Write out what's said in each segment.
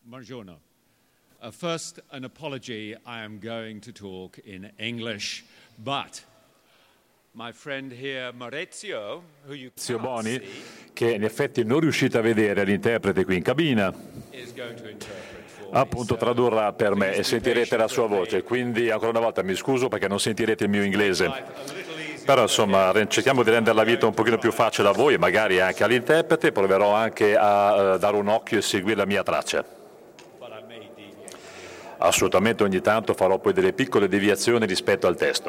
Buongiorno. First, an apology. I am going to talk in English, but my friend here, Maurizio, who you Maurizio can't Boni, see, che in effetti non riuscite a vedere l'interprete qui in cabina, is going to interpret for me. appunto tradurrà per me e sentirete la sua voce, quindi ancora una volta mi scuso perché non sentirete il mio inglese. Life a little easier. Però insomma cerchiamo di rendere la vita un pochino più facile a voi e magari anche all'interprete, proverò anche a dare un occhio e seguire la mia traccia. But I may deviate. Assolutamente ogni tanto farò poi delle piccole deviazioni rispetto al testo.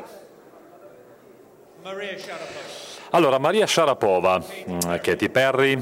Maria Sharapova, Allora, Maria Sharapova, Katy Perry,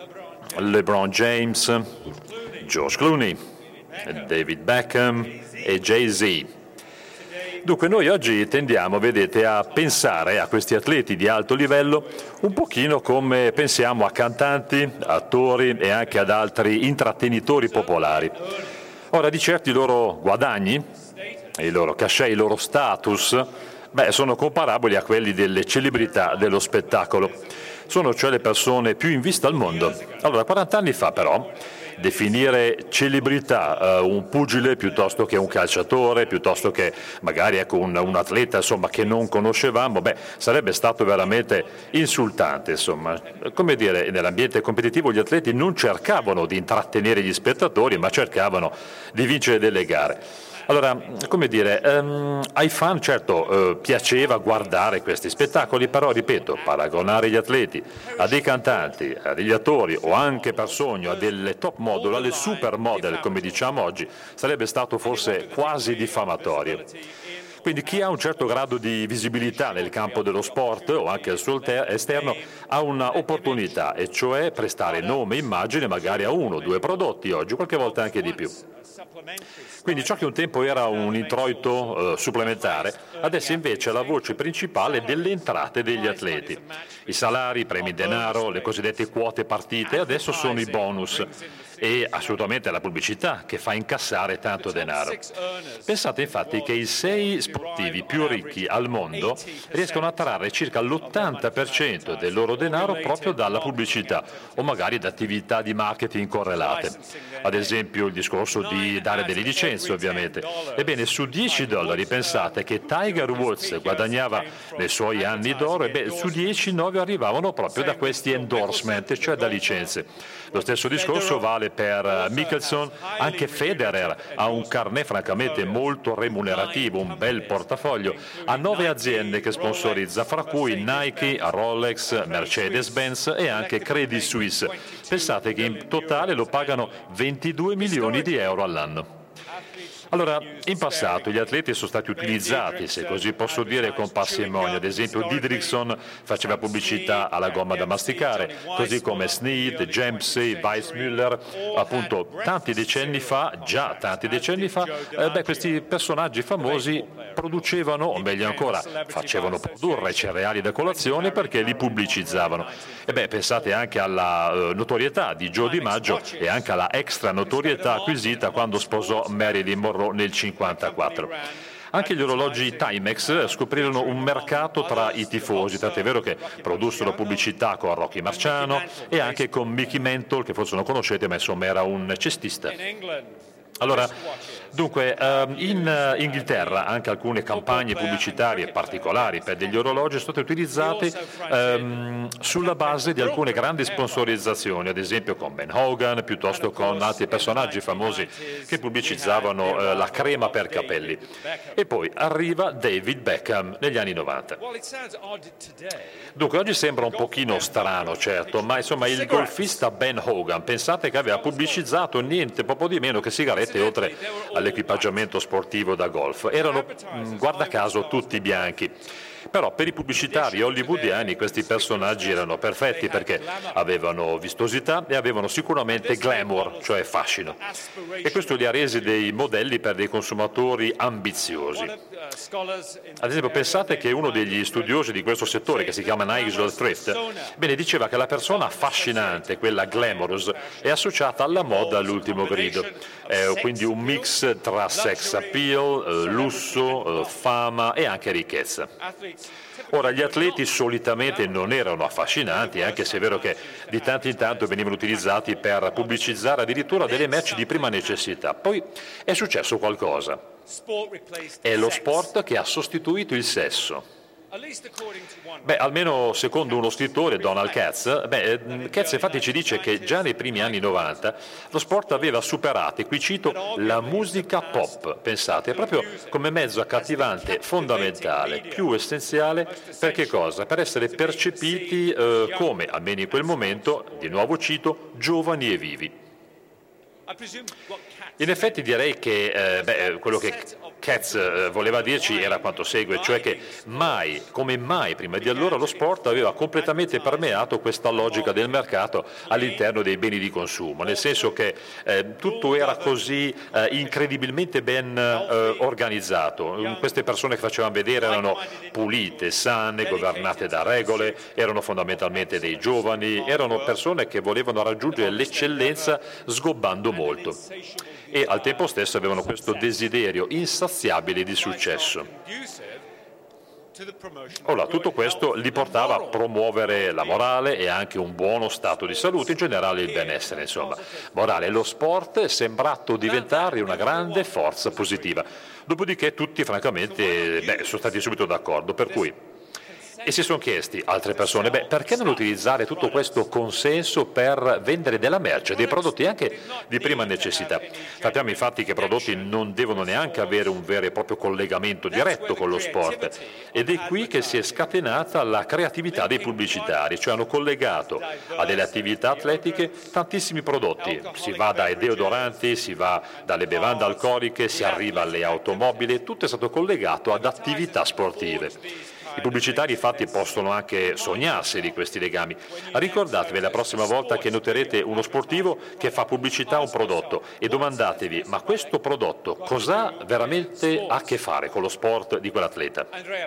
LeBron James, George Clooney, David Beckham e Jay-Z. Dunque noi oggi tendiamo, vedete, a pensare a questi atleti di alto livello un pochino come pensiamo a cantanti, attori e anche ad altri intrattenitori popolari. Ora, di certo i loro guadagni, i loro cachet, i loro status, sono comparabili a quelli delle celebrità dello spettacolo. Sono cioè le persone più in vista al mondo. Allora, 40 anni fa però, definire celebrità un pugile piuttosto che un calciatore, piuttosto che magari ecco, un atleta insomma, che non conoscevamo, sarebbe stato veramente insultante. Insomma. Come dire, nell'ambiente competitivo gli atleti non cercavano di intrattenere gli spettatori, ma cercavano di vincere delle gare. Allora, come dire, ai fan certo piaceva guardare questi spettacoli, però ripeto, paragonare gli atleti a dei cantanti, a degli attori o anche per sogno a delle top model, alle supermodel come diciamo oggi, sarebbe stato forse quasi diffamatorio. Quindi chi ha un certo grado di visibilità nel campo dello sport o anche al suo esterno ha un'opportunità, e cioè prestare nome e immagine magari a uno o due prodotti oggi, qualche volta anche di più. Quindi ciò che un tempo era un introito supplementare, adesso invece è la voce principale delle entrate degli atleti. I salari, i premi in denaro, le cosiddette quote partite, adesso sono i bonus e assolutamente la pubblicità che fa incassare tanto denaro. Pensate infatti che i 6 sportivi più ricchi al mondo riescono a trarre circa l'80% del loro denaro proprio dalla pubblicità o magari da attività di marketing correlate. Ad esempio il discorso di dare delle licenze ovviamente. Ebbene su $10 pensate che Tiger Woods guadagnava nei suoi anni d'oro, su 10 9 arrivavano proprio da questi endorsement, cioè da licenze. Lo stesso discorso vale per Mickelson, anche Federer ha un carnet francamente molto remunerativo, un bel portafoglio, ha 9 aziende che sponsorizza, fra cui Nike, Rolex, Mercedes-Benz e anche Credit Suisse. Pensate che in totale lo pagano 22 milioni di euro all'anno. Allora, in passato gli atleti sono stati utilizzati, se così posso dire, con parsimonia. Ad esempio Didrikson faceva pubblicità alla gomma da masticare, così come Snead, Dempsey, Weissmuller, appunto tanti decenni fa, questi personaggi famosi producevano, o meglio ancora, facevano produrre cereali da colazione perché li pubblicizzavano. Pensate anche alla notorietà di Joe DiMaggio e anche alla extra notorietà acquisita quando sposò Marilyn Monroe nel 1954. Anche gli orologi Timex scoprirono un mercato tra i tifosi, tant'è vero che produssero pubblicità con Rocky Marciano e anche con Mickey Mantle, che forse non conoscete, ma insomma era un cestista. Allora, dunque, in Inghilterra anche alcune campagne pubblicitarie particolari per degli orologi sono state utilizzate sulla base di alcune grandi sponsorizzazioni, ad esempio con Ben Hogan, piuttosto con altri personaggi famosi che pubblicizzavano la crema per capelli. E poi arriva David Beckham negli anni 90. Dunque, oggi sembra un pochino strano, certo, ma insomma il golfista Ben Hogan, pensate che aveva pubblicizzato niente poco di meno che sigarette oltre all'equipaggiamento sportivo da golf. Erano, guarda caso, tutti bianchi. Però per i pubblicitari hollywoodiani questi personaggi erano perfetti perché avevano vistosità e avevano sicuramente glamour, cioè fascino. E questo li ha resi dei modelli per dei consumatori ambiziosi. Ad esempio, pensate che uno degli studiosi di questo settore, che si chiama Nigel Thrift, diceva che la persona affascinante, quella glamorous, è associata alla moda all'ultimo grido. Quindi un mix tra sex appeal, lusso, fama e anche ricchezza. Ora, gli atleti solitamente non erano affascinanti, anche se è vero che di tanto in tanto venivano utilizzati per pubblicizzare addirittura delle merci di prima necessità. Poi è successo qualcosa. È lo sport che ha sostituito il sesso. Beh, almeno secondo uno scrittore, Donald Katz, Katz infatti ci dice che già nei primi anni 90 lo sport aveva superato, e qui cito, la musica pop, pensate, proprio come mezzo accattivante, fondamentale, più essenziale, per che cosa? Per essere percepiti come, almeno in quel momento, di nuovo cito, giovani e vivi. In effetti direi che quello che Katz voleva dirci era quanto segue, cioè che mai, come mai prima di allora, lo sport aveva completamente permeato questa logica del mercato all'interno dei beni di consumo, nel senso che tutto era così incredibilmente ben organizzato. Queste persone che facevano vedere erano pulite, sane, governate da regole, erano fondamentalmente dei giovani, erano persone che volevano raggiungere l'eccellenza sgobbando molto. E al tempo stesso avevano questo desiderio insaziabile di successo. Ora, tutto questo li portava a promuovere la morale e anche un buono stato di salute, in generale il benessere, insomma. Morale, lo sport è sembrato diventare una grande forza positiva. Dopodiché tutti, francamente, sono stati subito d'accordo, per cui... E si sono chiesti altre persone, perché non utilizzare tutto questo consenso per vendere della merce, dei prodotti anche di prima necessità? Sappiamo infatti che i prodotti non devono neanche avere un vero e proprio collegamento diretto con lo sport, ed è qui che si è scatenata la creatività dei pubblicitari, cioè hanno collegato a delle attività atletiche tantissimi prodotti, si va dai deodoranti, si va dalle bevande alcoliche, si arriva alle automobili, tutto è stato collegato ad attività sportive. I pubblicitari infatti possono anche sognarsi di questi legami. Ricordatevi la prossima volta che noterete uno sportivo che fa pubblicità a un prodotto e domandatevi: ma questo prodotto cosa veramente ha a che fare con lo sport di quell'atleta?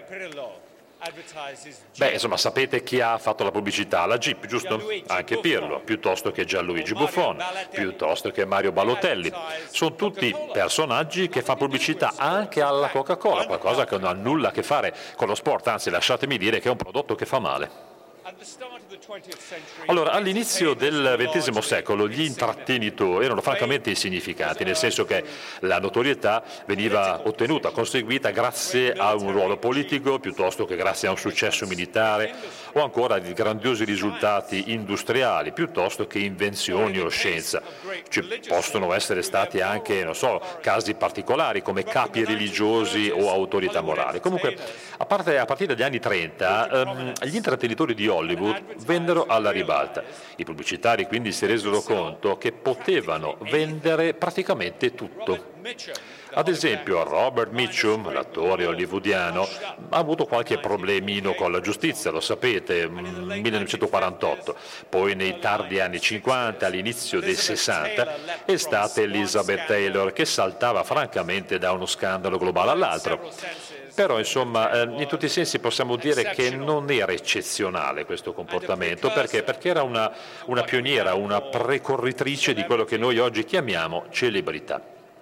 Insomma, sapete chi ha fatto la pubblicità? La Jeep, giusto? Anche Pirlo, piuttosto che Gianluigi Buffon, piuttosto che Mario Balotelli. Sono tutti personaggi che fanno pubblicità anche alla Coca-Cola, qualcosa che non ha nulla a che fare con lo sport, anzi lasciatemi dire che è un prodotto che fa male. Allora, all'inizio del XX secolo gli intrattenitori erano francamente insignificanti, nel senso che la notorietà veniva ottenuta, conseguita grazie a un ruolo politico piuttosto che grazie a un successo militare o ancora di grandiosi risultati industriali piuttosto che invenzioni o scienza. Ci possono essere stati anche, non so, casi particolari come capi religiosi o autorità morali. Comunque, a partire dagli anni 30, gli intrattenitori di Hollywood vennero alla ribalta. I pubblicitari quindi si resero conto che potevano vendere praticamente tutto. Ad esempio, Robert Mitchum, l'attore hollywoodiano, ha avuto qualche problemino con la giustizia, lo sapete, 1948. Poi nei tardi anni 50, all'inizio dei 60, è stata Elizabeth Taylor, che saltava francamente da uno scandalo globale all'altro. Però, insomma, in tutti i sensi possiamo dire che non era eccezionale questo comportamento, perché era una pioniera, una precorritrice di quello che noi oggi chiamiamo celebrità.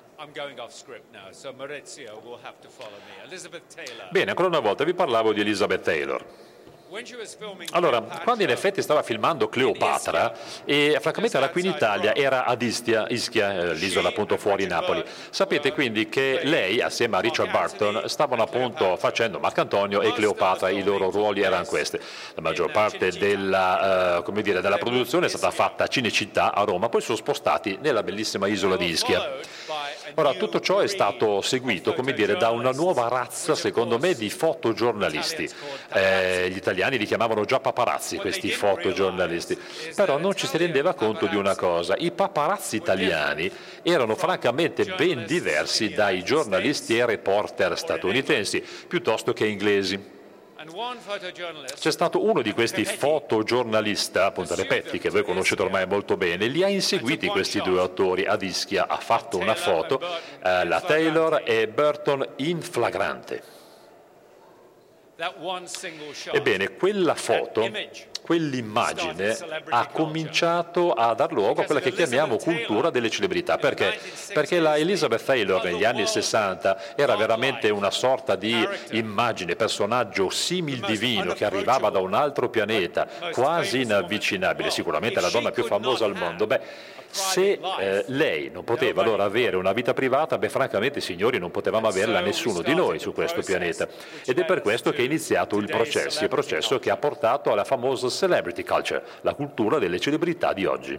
Bene, ancora una volta vi parlavo di Elizabeth Taylor. Allora, quando in effetti stava filmando Cleopatra, e francamente era qui in Italia, era ad Ischia, l'isola appunto fuori Napoli. Sapete quindi che lei, assieme a Richard Burton, stavano appunto facendo Marcantonio e Cleopatra, i loro ruoli erano questi. La maggior parte della produzione è stata fatta a Cinecittà a Roma, poi sono spostati nella bellissima isola di Ischia. Ora, tutto ciò è stato seguito, da una nuova razza, secondo me, di fotogiornalisti. Gli italiani li chiamavano già paparazzi, questi fotogiornalisti, però non ci si rendeva conto di una cosa: i paparazzi italiani erano francamente ben diversi dai giornalisti e reporter statunitensi, piuttosto che inglesi. C'è stato uno di questi fotogiornalista, appunto Repetti, che voi conoscete ormai molto bene, li ha inseguiti questi due attori ad Ischia, ha fatto una foto, la Taylor e Burton in flagrante. Ebbene, quella foto quell'immagine ha cominciato a dar luogo a quella che chiamiamo cultura delle celebrità. Perché? Perché la Elizabeth Taylor negli anni 60 era veramente una sorta di immagine, personaggio simil divino che arrivava da un altro pianeta, quasi inavvicinabile, sicuramente la donna più famosa al mondo. Se lei non poteva allora avere una vita privata, francamente, signori, non potevamo averla nessuno di noi su questo pianeta. Ed è per questo che è iniziato il processo che ha portato alla famosa celebrity culture, la cultura delle celebrità di oggi.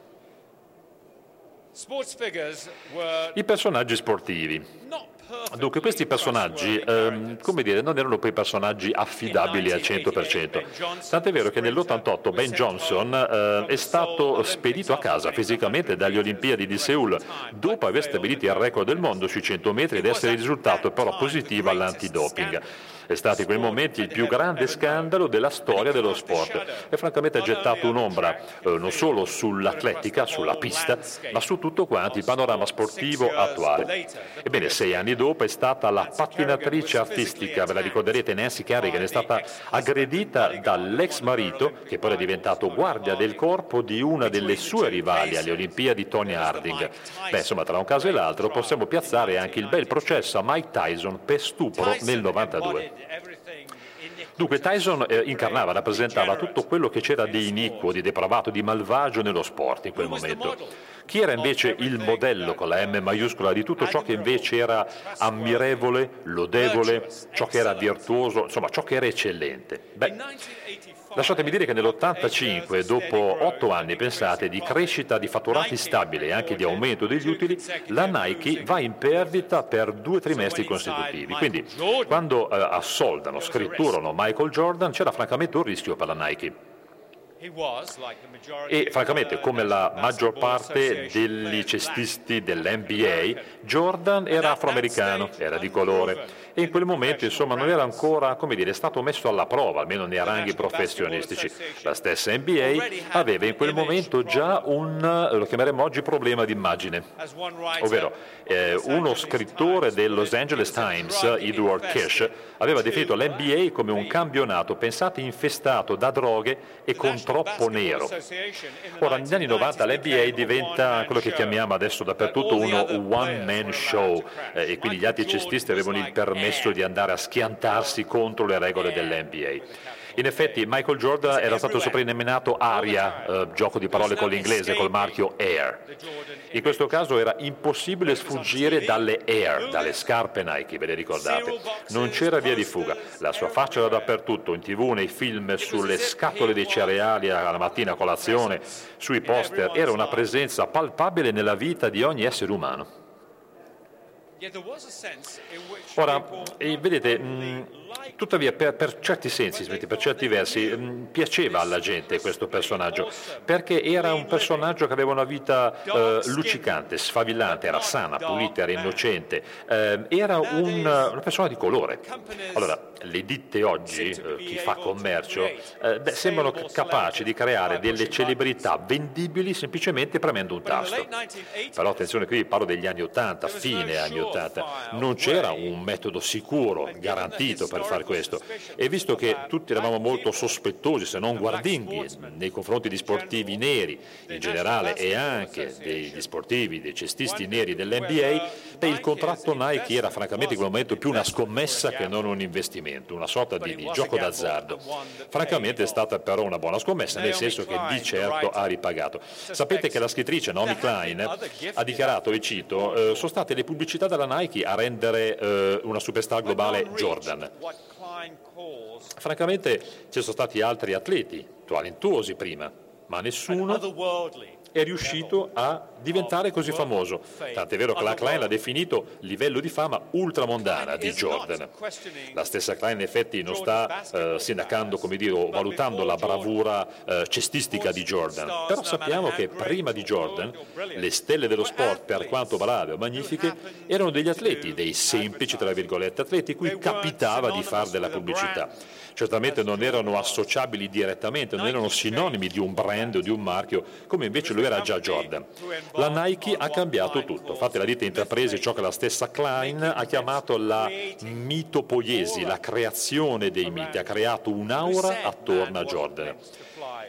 I personaggi sportivi. Dunque, questi personaggi, come dire, non erano poi personaggi affidabili al 100%. Tant'è vero che nell'88 Ben Johnson è stato spedito a casa fisicamente dagli Olimpiadi di Seul, dopo aver stabilito il record del mondo sui 100 metri ed essere risultato però positivo all'antidoping. È stato in quei momenti il più grande scandalo della storia dello sport e francamente ha gettato un'ombra non solo sull'atletica, sulla pista, ma su tutto quanto il panorama sportivo attuale. Ebbene, 6 anni dopo è stata la pattinatrice artistica, ve la ricorderete, Nancy Kerrigan, è stata aggredita dall'ex marito, che poi è diventato guardia del corpo di una delle sue rivali alle Olimpiadi, Tonya Harding. Insomma, tra un caso e l'altro possiamo piazzare anche il bel processo a Mike Tyson per stupro nel 92. Dunque Tyson incarnava, rappresentava tutto quello che c'era di iniquo, di depravato, di malvagio nello sport in quel momento. Chi era invece il modello con la M maiuscola di tutto ciò che invece era ammirevole, lodevole, ciò che era virtuoso, insomma ciò che era eccellente? Lasciatemi dire che nell'85, dopo 8 anni, pensate, di crescita di fatturati stabile e anche di aumento degli utili, la Nike va in perdita per 2 trimestri consecutivi. Quindi, quando assoldano, scritturano Michael Jordan, c'era francamente un rischio per la Nike. E francamente, come la maggior parte degli cestisti dell'NBA, Jordan era afroamericano, era di colore e in quel momento insomma non era ancora, come dire, stato messo alla prova, almeno nei ranghi professionistici. La stessa NBA aveva in quel momento già lo chiameremmo oggi, problema d'immagine, ovvero uno scrittore del Los Angeles Times, Edward Kish, aveva definito l'NBA come un campionato, pensate, infestato da droghe e con troppo nero. Ora, negli anni 90 l'NBA diventa quello che chiamiamo adesso dappertutto uno one-man show e quindi gli altri cestisti avevano il permesso di andare a schiantarsi contro le regole dell'NBA. In effetti Michael Jordan era stato soprannominato Aria, gioco di parole con l'inglese, col marchio Air. In questo caso era impossibile sfuggire dalle Air, dalle scarpe Nike, ve le ricordate? Non c'era via di fuga. La sua faccia era dappertutto, in TV, nei film, sulle scatole dei cereali alla mattina a colazione, sui poster. Era una presenza palpabile nella vita di ogni essere umano. Ora, vedete, tuttavia per certi sensi, per certi versi, piaceva alla gente questo personaggio, perché era un personaggio che aveva una vita luccicante, sfavillante, era sana, pulita, era innocente, era una persona di colore. Allora, le ditte oggi, chi fa commercio, sembrano capaci di creare delle celebrità vendibili semplicemente premendo un tasto. Però attenzione, qui parlo degli anni 80, fine anni 80, non c'era un metodo sicuro, garantito per fare questo, e visto che tutti eravamo molto sospettosi, se non guardinghi, nei confronti di sportivi neri in generale e anche degli sportivi, dei cestisti neri dell'NBA, il contratto Nike era francamente in quel momento più una scommessa che non un investimento, una sorta di gioco d'azzardo. Francamente è stata però una buona scommessa, nel senso che di certo ha ripagato. Sapete che la scrittrice Naomi Klein ha dichiarato, e cito, sono state le pubblicità della Nike a rendere una superstar globale Jordan. Francamente ci sono stati altri atleti talentuosi prima, ma nessuno è riuscito a diventare così famoso. Tant'è vero che la Klein ha definito livello di fama ultramondana di Jordan. La stessa Klein in effetti non sta sindacando, come dire, o valutando la bravura cestistica di Jordan, però sappiamo che prima di Jordan le stelle dello sport, per quanto brave o magnifiche, erano degli atleti, dei semplici, tra virgolette, atleti cui capitava di fare della pubblicità. Certamente non erano associabili direttamente, non erano sinonimi di un brand o di un marchio, come invece lo era già Jordan. La Nike ha cambiato tutto, fate la ditta intraprese ciò che la stessa Klein ha chiamato la mitopoiesi, la creazione dei miti, ha creato un'aura attorno a Jordan.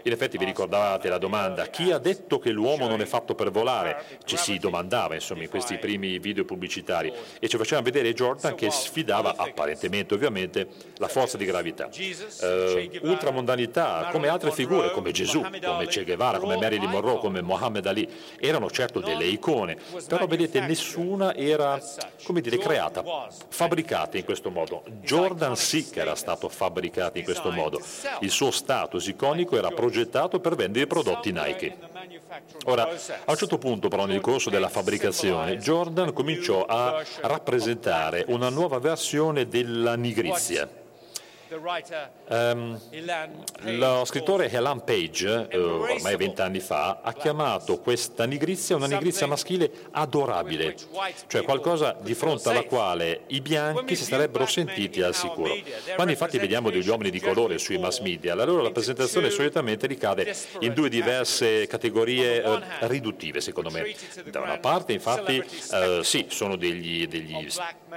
In effetti vi ricordavate la domanda: chi ha detto che l'uomo non è fatto per volare? Ci si domandava, insomma, in questi primi video pubblicitari, e ci facevano vedere Jordan che sfidava, apparentemente ovviamente, la forza di gravità. Ultramondanità, come altre figure, come Gesù, come Che Guevara, come Marilyn Monroe, come Muhammad Ali, erano certo delle icone, però vedete, nessuna era, come dire, creata, fabbricata in questo modo. Jordan sì che era stato fabbricato in questo modo. Il suo status iconico era progettato per vendere i prodotti Nike. Ora, a un certo punto però nel corso della fabbricazione Jordan cominciò a rappresentare una nuova versione della nigrizia. Lo scrittore Elan Page, ormai 20 anni fa, ha chiamato questa nigrizia una nigrizia maschile adorabile, cioè qualcosa di fronte alla quale i bianchi si sarebbero sentiti al sicuro. Quando infatti vediamo degli uomini di colore sui mass media, la loro rappresentazione solitamente ricade in due diverse categorie riduttive, secondo me. Da una parte, infatti, sì, sono delle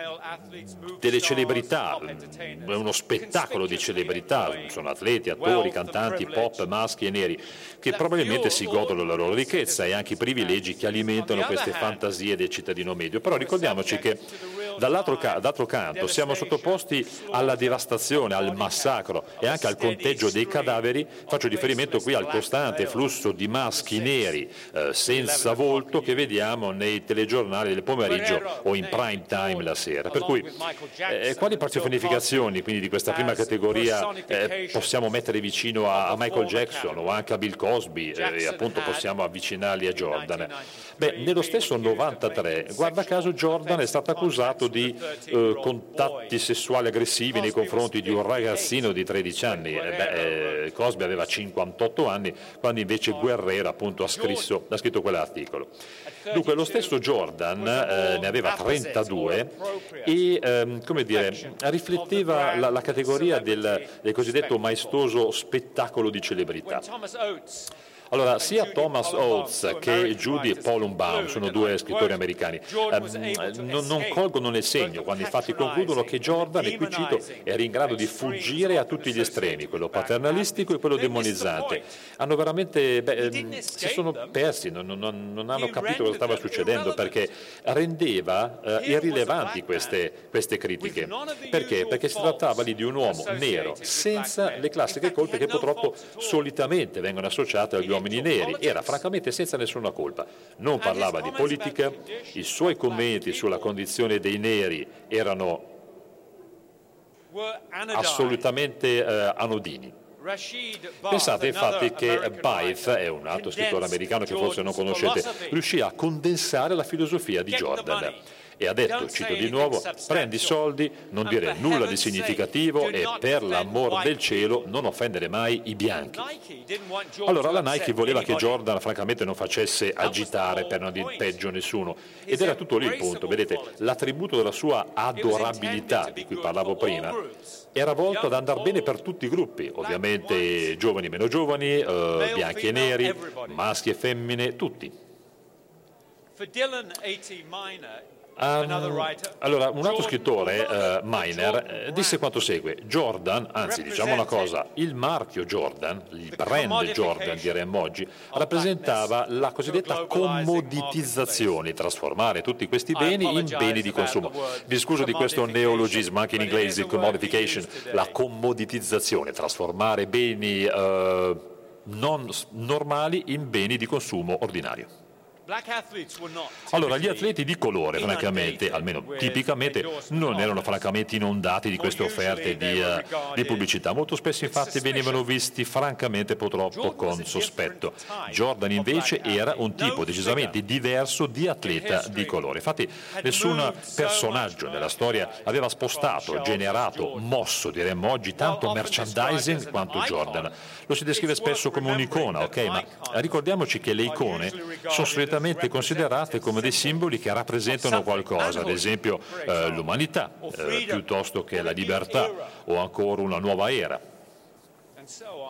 celebrità, è uno spettacolo di celebrità, sono atleti, attori, cantanti, pop, maschi e neri, che probabilmente si godono la loro ricchezza e anche i privilegi che alimentano queste fantasie del cittadino medio. Però ricordiamoci che d'altro canto siamo sottoposti alla devastazione, al massacro e anche al conteggio dei cadaveri. Faccio riferimento qui al costante flusso di maschi neri senza volto che vediamo nei telegiornali del pomeriggio o in prime time la sera. Per cui quali personificazioni quindi di questa prima categoria possiamo mettere vicino a Michael Jackson o anche a Bill Cosby e appunto possiamo avvicinarli a Jordan? Beh, nello stesso 93, guarda caso, Jordan è stato accusato di contatti sessuali aggressivi nei confronti di un ragazzino di 13 anni. Cosby aveva 58 anni, quando invece Guerrero appunto ha scritto quell'articolo. Dunque lo stesso Jordan ne aveva 32 e come dire, rifletteva la categoria del cosiddetto maestoso spettacolo di celebrità. Allora, sia Thomas Oates che Judy Polumbaum sono due scrittori americani, non colgono nel segno quando infatti concludono che Jordan, e qui cito, era in grado di fuggire a tutti gli estremi, quello paternalistico e quello demonizzante. Hanno veramente, si sono persi, non hanno capito cosa stava succedendo, perché rendeva irrilevanti queste critiche. Perché? Perché si trattava lì di un uomo nero, senza le classiche colpe che purtroppo solitamente vengono associate agli uomini neri. Era francamente senza nessuna colpa, non parlava di politica, i suoi commenti sulla condizione dei neri erano assolutamente anodini. Pensate infatti che Baith, è un altro scrittore americano che forse non conoscete, riuscì a condensare la filosofia di Jordan e ha detto, cito di nuovo: prendi soldi, non dire nulla di significativo e per l'amor del cielo non offendere mai i bianchi. Allora la Nike voleva che Jordan francamente non facesse agitare, per non dire peggio, nessuno, ed era tutto lì il punto. Vedete, l'attributo della sua adorabilità di cui parlavo prima era volto ad andare bene per tutti i gruppi, ovviamente giovani e meno giovani, bianchi e neri, maschi e femmine, tutti. Allora, un altro scrittore, Miner, disse quanto segue: Jordan, anzi diciamo una cosa, il marchio Jordan, il brand Jordan diremmo oggi, rappresentava la cosiddetta commoditizzazione, trasformare tutti questi beni in beni di consumo. Vi scuso di questo neologismo, anche in inglese commodification, la commoditizzazione, trasformare beni non normali in beni di consumo ordinario. Allora, gli atleti di colore, francamente, almeno tipicamente, non erano francamente inondati di queste offerte di pubblicità. Molto spesso, infatti, venivano visti francamente purtroppo con sospetto. Jordan, invece, era un tipo decisamente diverso di atleta di colore. Infatti, nessun personaggio nella storia aveva spostato, generato, mosso, diremmo oggi, tanto merchandising quanto Jordan. Lo si descrive spesso come un'icona, ok? Ma ricordiamoci che le icone sono solitamente considerate come dei simboli che rappresentano qualcosa, ad esempio l'umanità, piuttosto che la libertà o ancora una nuova era.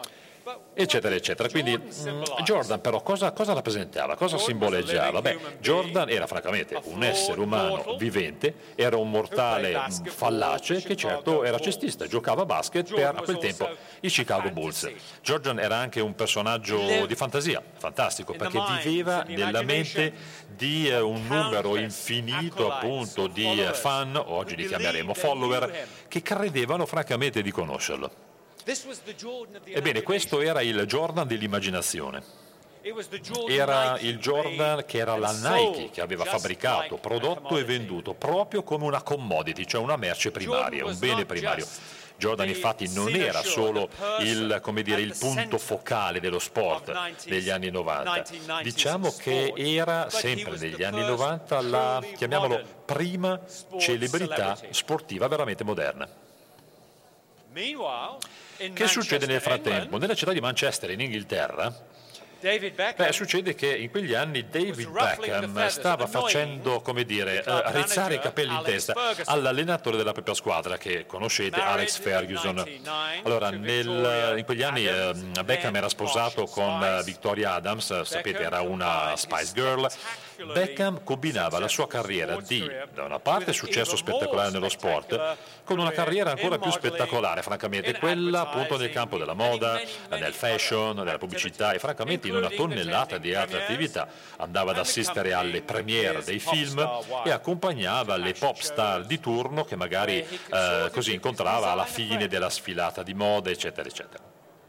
eccetera, eccetera. Quindi Jordan però cosa rappresentava, cosa simboleggiava? Jordan era francamente un essere umano vivente, era un mortale fallace che certo era cestista, giocava a basket per a quel tempo i Chicago Bulls. Jordan era anche un personaggio di fantasia, fantastico, perché viveva nella mente di un numero infinito appunto di fan, oggi li chiameremo follower, che credevano francamente di conoscerlo. Ebbene, questo era il Jordan dell'immaginazione. Era il Jordan che era la Nike che aveva fabbricato, prodotto e venduto proprio come una commodity, cioè una merce primaria, un bene primario. Jordan infatti non era solo il punto focale dello sport negli anni 90, diciamo che era sempre negli anni 90 la, chiamiamolo, prima celebrità sportiva veramente moderna. Che succede nel frattempo? Nella città di Manchester, in Inghilterra, succede che in quegli anni David Beckham stava facendo, rizzare i capelli in testa all'allenatore della propria squadra, che conoscete, Alex Ferguson. Allora, in quegli anni Beckham era sposato con Victoria Adams, sapete, era una Spice Girl. Beckham combinava la sua carriera di, da una parte, successo spettacolare nello sport, con una carriera ancora più spettacolare, francamente, quella appunto nel campo della moda, nel fashion, nella pubblicità e francamente in una tonnellata di altre attività. Andava ad assistere alle premiere dei film e accompagnava le pop star di turno che magari così incontrava alla fine della sfilata di moda, eccetera, eccetera.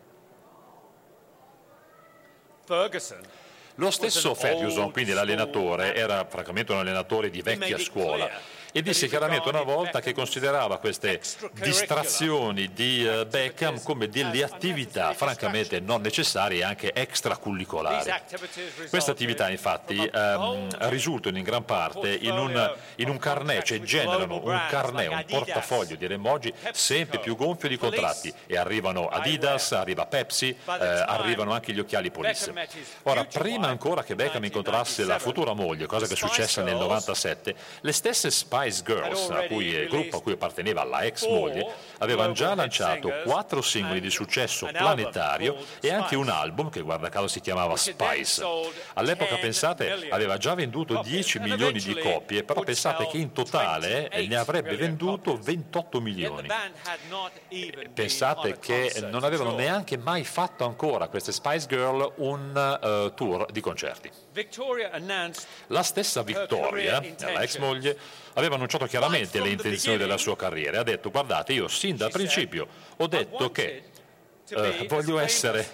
Lo stesso Ferguson, quindi l'allenatore, era francamente un allenatore di vecchia scuola e disse chiaramente una volta che considerava queste distrazioni di Beckham come delle attività francamente non necessarie e anche extracurricolari. Queste attività infatti risultano in gran parte in un carnet, cioè generano un carnet, un portafoglio di emoji sempre più gonfio di contratti, e arrivano Adidas, arriva Pepsi, arrivano anche gli occhiali Police. Ora, prima ancora che Beckham incontrasse la futura moglie, cosa che è successa nel 97, le stesse Spice Girls, gruppo a cui apparteneva la ex moglie, avevano già lanciato 4 singoli di successo planetario e anche un album che, guarda caso, si chiamava Spice. All'epoca, pensate, aveva già venduto 10 milioni di copie, però pensate che in totale ne avrebbe venduto 28 milioni. Pensate che non avevano neanche mai fatto ancora queste Spice Girl un tour di concerti. La stessa Victoria, la ex moglie, aveva annunciato chiaramente le intenzioni della sua carriera e ha detto: guardate, io sin dal principio ho detto che voglio essere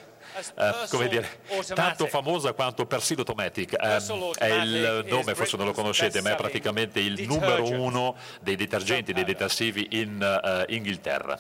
tanto famosa quanto Persil Automatic, è il nome, forse non lo conoscete, ma è praticamente il numero 1 dei detergenti, dei detersivi in Inghilterra.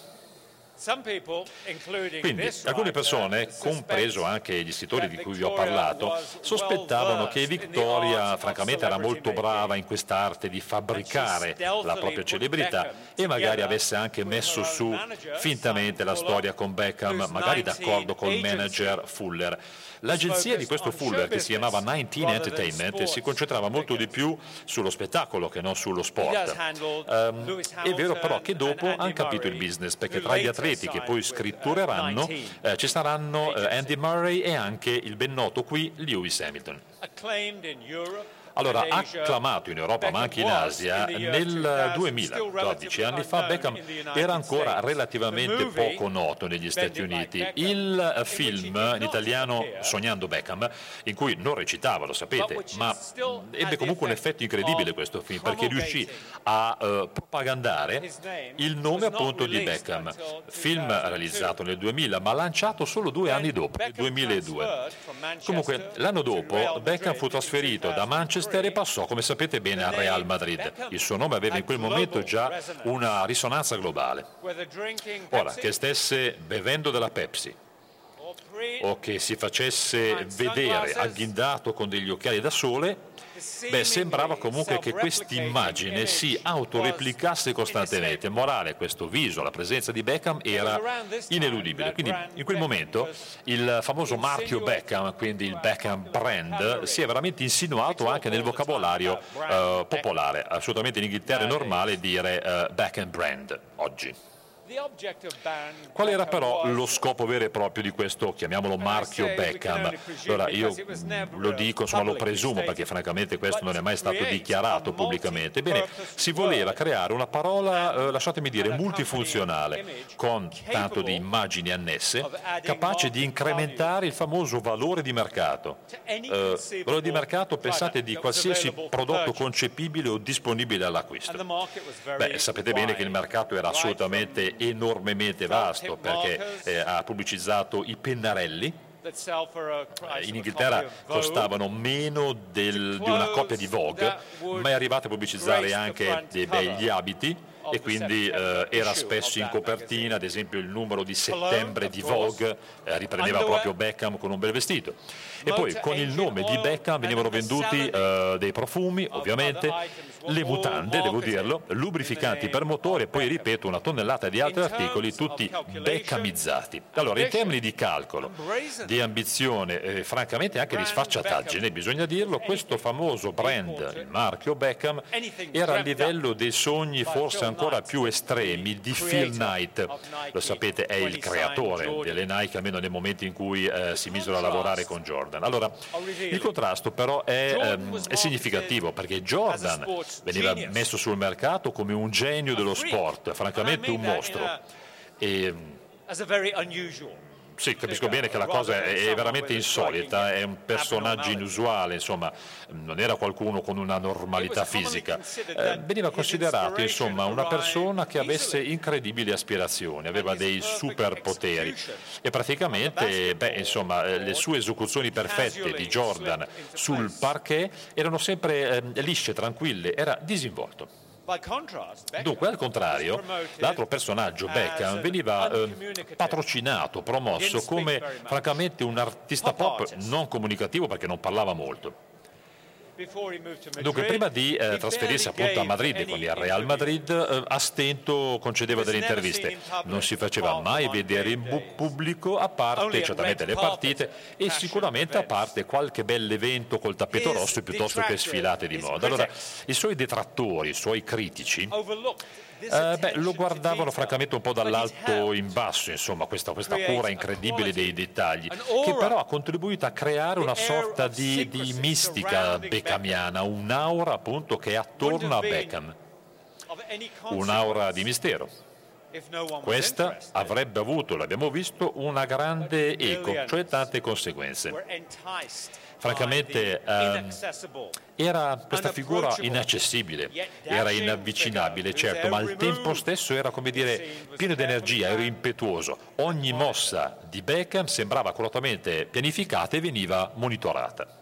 Quindi alcune persone, compreso anche gli scrittori di cui vi ho parlato, sospettavano che Victoria francamente era molto brava in quest'arte di fabbricare la propria celebrità e magari avesse anche messo su fintamente la storia con Beckham, magari d'accordo col manager Fuller. L'agenzia di questo Fuller, che si chiamava 19 Entertainment, si concentrava molto di più sullo spettacolo che non sullo sport. È vero però che dopo hanno capito il business, perché tra gli atleti che poi scrittureranno ci saranno Andy Murray e anche il ben noto qui Lewis Hamilton. Allora, acclamato in Europa ma anche in Asia, nel 2000, 12 anni fa, Beckham era ancora relativamente poco noto negli Stati Uniti. Il film in italiano Sognando Beckham, in cui non recitava, lo sapete, ma ebbe comunque un effetto incredibile questo film, perché riuscì a propagandare il nome appunto di Beckham. Film realizzato nel 2000 ma lanciato solo 2 anni dopo, nel 2002. Comunque l'anno dopo Beckham fu trasferito da Manchester e passò, come sapete bene, al Real Madrid. Il suo nome aveva in quel momento già una risonanza globale. Ora, che stesse bevendo della Pepsi o che si facesse vedere agghindato con degli occhiali da sole, sembrava comunque che quest'immagine si autoreplicasse costantemente. Morale, questo viso, la presenza di Beckham era ineludibile. Quindi in quel momento il famoso marchio Beckham, quindi il Beckham brand, si è veramente insinuato anche nel vocabolario popolare. Assolutamente in Inghilterra è normale dire Beckham brand oggi. Qual era però lo scopo vero e proprio di questo, chiamiamolo marchio Beckham? Allora io lo dico, insomma lo presumo, perché francamente questo non è mai stato dichiarato pubblicamente. Ebbene, si voleva creare una parola, lasciatemi dire, multifunzionale, con tanto di immagini annesse, capace di incrementare il famoso valore di mercato. Valore di mercato, pensate, di qualsiasi prodotto concepibile o disponibile all'acquisto. Beh, sapete bene che il mercato era assolutamente enormemente vasto, perché ha pubblicizzato i pennarelli. In Inghilterra costavano meno di una copia di Vogue, ma è arrivato a pubblicizzare anche dei begli abiti, e quindi era spesso in copertina. Ad esempio il numero di settembre di Vogue riprendeva proprio Beckham con un bel vestito. E poi con il nome di Beckham venivano venduti dei profumi, ovviamente, le mutande, devo dirlo, lubrificanti per motore, e poi, ripeto, una tonnellata di altri articoli, tutti beccamizzati. Allora, in termini di calcolo, di ambizione e francamente anche di sfacciataggine, bisogna dirlo, questo famoso brand, il marchio Beckham, era a livello dei sogni forse ancora più estremi di Phil Knight. Lo sapete, è il creatore delle Nike, almeno nel momento in cui si misero a lavorare con Jordan. Allora, il contrasto però è significativo, perché Jordan veniva messo sul mercato come un genio dello sport, francamente un mostro. Sì, capisco bene che la cosa è veramente insolita, è un personaggio inusuale, insomma, non era qualcuno con una normalità fisica. Veniva considerato, insomma, una persona che avesse incredibili aspirazioni, aveva dei superpoteri, e praticamente, insomma, le sue esecuzioni perfette di Jordan sul parquet erano sempre lisce, tranquille, era disinvolto. Dunque, al contrario, l'altro personaggio, Beckham, veniva patrocinato, promosso come francamente un artista pop non comunicativo, perché non parlava molto. Dunque, prima di trasferirsi appunto a Madrid con il Real Madrid, a stento concedeva delle interviste, non si faceva mai vedere in pubblico, a parte certamente le partite e sicuramente a parte qualche bell'evento col tappeto rosso piuttosto che sfilate di moda. Allora, i suoi detrattori, i suoi critici, lo guardavano francamente un po' dall'alto in basso, insomma, questa cura incredibile dei dettagli, che però ha contribuito a creare una sorta di mistica beckhamiana, un'aura appunto che è attorno a Beckham, un'aura di mistero. Questa avrebbe avuto, l'abbiamo visto, una grande eco, cioè tante conseguenze. Francamente era questa figura inaccessibile, era inavvicinabile, certo, ma al tempo stesso era, come dire, pieno di energia, era impetuoso. Ogni mossa di Beckham sembrava accuratamente pianificata e veniva monitorata.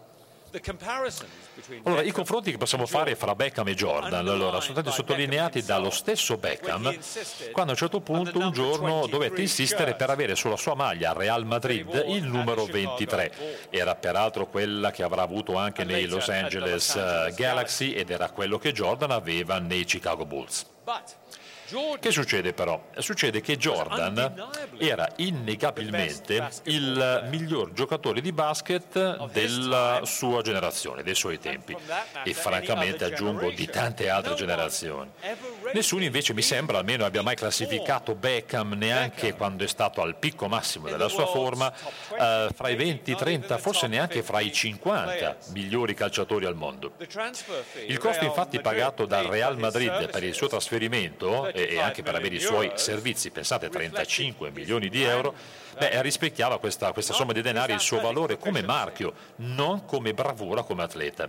Allora, i confronti che possiamo fare fra Beckham e Jordan sono stati sottolineati dallo stesso Beckham, quando a un certo punto un giorno dovette insistere per avere sulla sua maglia Real Madrid il numero 23. Era peraltro quella che avrà avuto anche nei Los Angeles Galaxy, ed era quello che Jordan aveva nei Chicago Bulls. Che succede però? Succede che Jordan era innegabilmente il miglior giocatore di basket della sua generazione, dei suoi tempi, e francamente aggiungo di tante altre generazioni. Nessuno invece, mi sembra, almeno abbia mai classificato Beckham, neanche quando è stato al picco massimo della sua forma, fra i 20, 30, forse neanche fra i 50 migliori calciatori al mondo. Il costo infatti pagato dal Real Madrid per il suo trasferimento e anche per avere i suoi servizi, pensate, 35 milioni di euro, rispecchiava questa somma di denari il suo valore come marchio, non come bravura come atleta.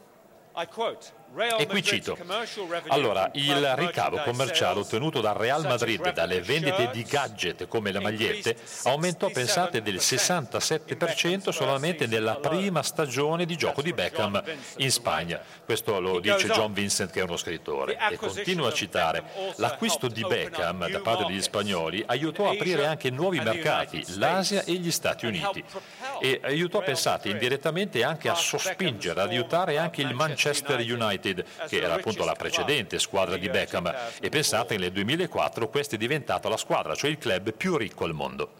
E qui cito, allora, il ricavo commerciale ottenuto dal Real Madrid dalle vendite di gadget come le magliette aumentò, pensate, del 67% solamente nella prima stagione di gioco di Beckham in Spagna. Questo lo dice John Vincent, che è uno scrittore, e continua a citare: l'acquisto di Beckham da parte degli spagnoli aiutò a aprire anche nuovi mercati, l'Asia e gli Stati Uniti, e aiutò, pensate, indirettamente anche a sospingere, ad aiutare anche il Manchester United, che era appunto la precedente squadra di Beckham, e pensate, nel 2004 questa è diventata la squadra, cioè il club più ricco al mondo.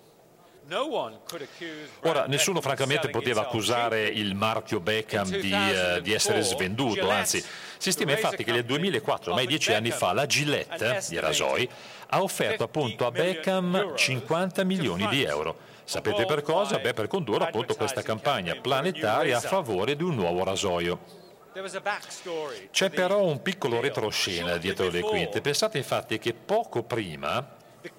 Ora, nessuno francamente poteva accusare il marchio Beckham di essere svenduto, anzi Si stima infatti che nel 2004, ormai 10 anni fa, la Gillette, i rasoi, ha offerto appunto a Beckham 50 milioni di euro. Sapete per cosa? Beh, per condurre appunto questa campagna planetaria a favore di un nuovo rasoio. C'è però un piccolo retroscena dietro le quinte. Pensate infatti che poco prima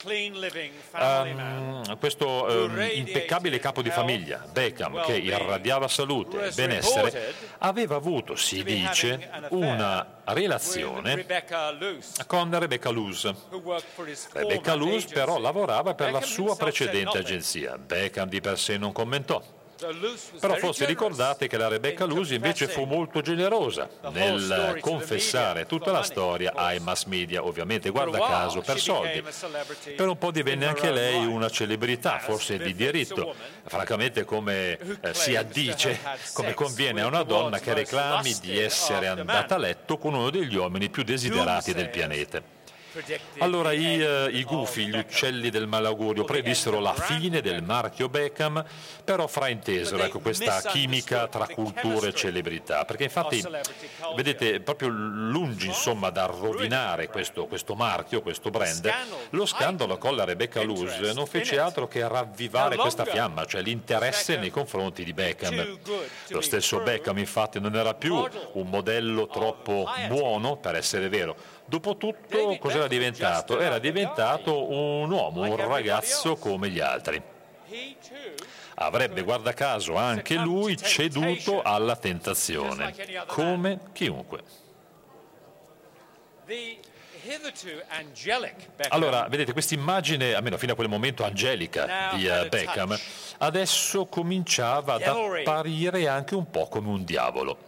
questo impeccabile capo di famiglia, Beckham, che irradiava salute e benessere, aveva avuto, si dice, una relazione con Rebecca Loos. Rebecca Loos però lavorava per la sua precedente agenzia. Beckham di per sé non commentò. Però forse ricordate che la Rebecca Loos invece fu molto generosa nel confessare tutta la storia ai mass media, ovviamente guarda caso per soldi. Per un po' divenne anche lei una celebrità, forse di diritto, francamente come si addice, come conviene a una donna che reclami di essere andata a letto con uno degli uomini più desiderati del pianeta. Allora i gufi, gli uccelli del malaugurio, predissero la fine del marchio Beckham, però fraintesero questa chimica tra cultura e celebrità, perché infatti, vedete, proprio lungi insomma da rovinare questo marchio, questo brand, lo scandalo con la Rebecca Loos non fece altro che ravvivare questa fiamma, cioè l'interesse nei confronti di Beckham. Lo stesso Beckham infatti non era più un modello troppo buono per essere vero. Dopotutto cos'era diventato? Era diventato un uomo, un ragazzo come gli altri. Avrebbe, guarda caso, anche lui ceduto alla tentazione, come chiunque. Allora, vedete, questa immagine, almeno fino a quel momento angelica di Beckham, adesso cominciava ad apparire anche un po' come un diavolo.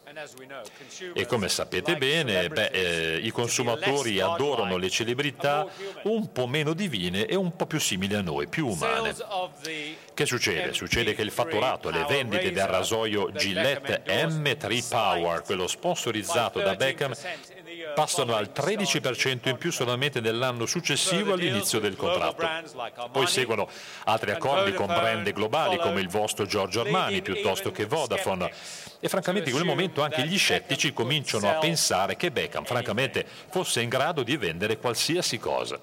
E come sapete bene, i consumatori adorano le celebrità un po' meno divine e un po' più simili a noi, più umane. Che succede? Succede che il fatturato, le vendite del rasoio Gillette M3 Power, quello sponsorizzato da Beckham, passano al 13% in più solamente nell'anno successivo all'inizio del contratto. Poi seguono altri accordi con brand globali come il vostro Giorgio Armani piuttosto che Vodafone. E francamente in quel momento anche gli scettici cominciano a pensare che Beckham francamente fosse in grado di vendere qualsiasi cosa.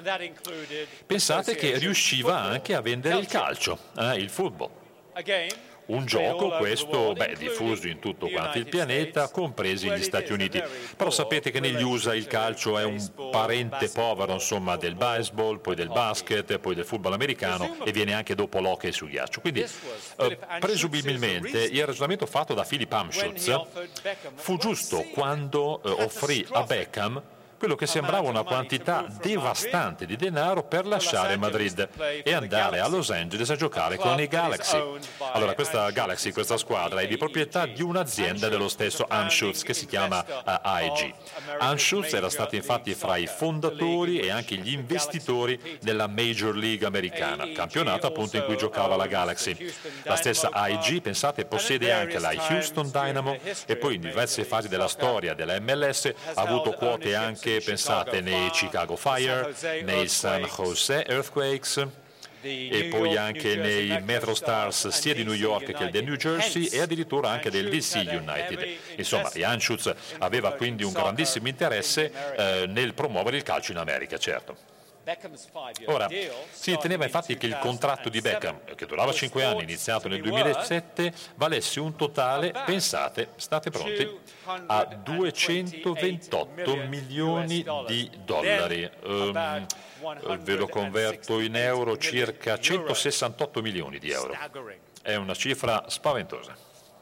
Pensate che riusciva anche a vendere il calcio, il football. Un gioco questo diffuso in tutto quanto il pianeta, compresi gli Stati Uniti. Però sapete che negli USA il calcio è un parente povero insomma del baseball, poi del basket, poi del football americano e viene anche dopo l'hockey su ghiaccio. Quindi presumibilmente il ragionamento fatto da Philip Amschutz fu giusto quando offrì a Beckham quello che sembrava una quantità devastante di denaro per lasciare Madrid e andare a Los Angeles a giocare con i Galaxy. Allora questa Galaxy, questa squadra, è di proprietà di un'azienda dello stesso Anschutz che si chiama AEG. Anschutz era stato infatti fra i fondatori e anche gli investitori della Major League americana, campionato appunto in cui giocava la Galaxy. La stessa AEG, pensate, possiede anche la Houston Dynamo e poi in diverse fasi della storia della MLS ha avuto quote anche, pensate, nei Chicago Fire, nei San Jose Earthquakes e poi anche nei Metro Stars sia di New York che del New Jersey e addirittura anche del DC United. Insomma, Anschutz aveva quindi un grandissimo interesse nel promuovere il calcio in America, certo. Ora, si riteneva infatti che il contratto di Beckham, che durava 5 anni, iniziato nel 2007, valesse un totale, pensate, state pronti, a 228 milioni di dollari. Ve lo converto in euro, circa 168 milioni di euro. È una cifra spaventosa.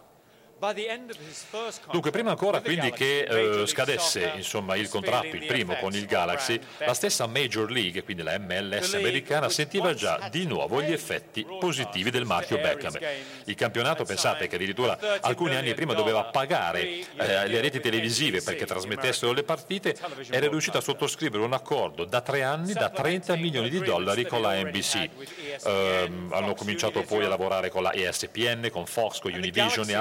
Dunque, prima ancora quindi che scadesse insomma, il contratto, il primo con il Galaxy, la stessa Major League, quindi la MLS americana, sentiva già di nuovo gli effetti positivi del marchio Beckham. Il campionato, pensate che addirittura alcuni anni prima doveva pagare le reti televisive perché trasmettessero le partite, era riuscito a sottoscrivere un accordo da 3 anni da 30 milioni di dollari con la NBC. Hanno cominciato poi a lavorare con la ESPN, con Fox, con Univision e altre grandi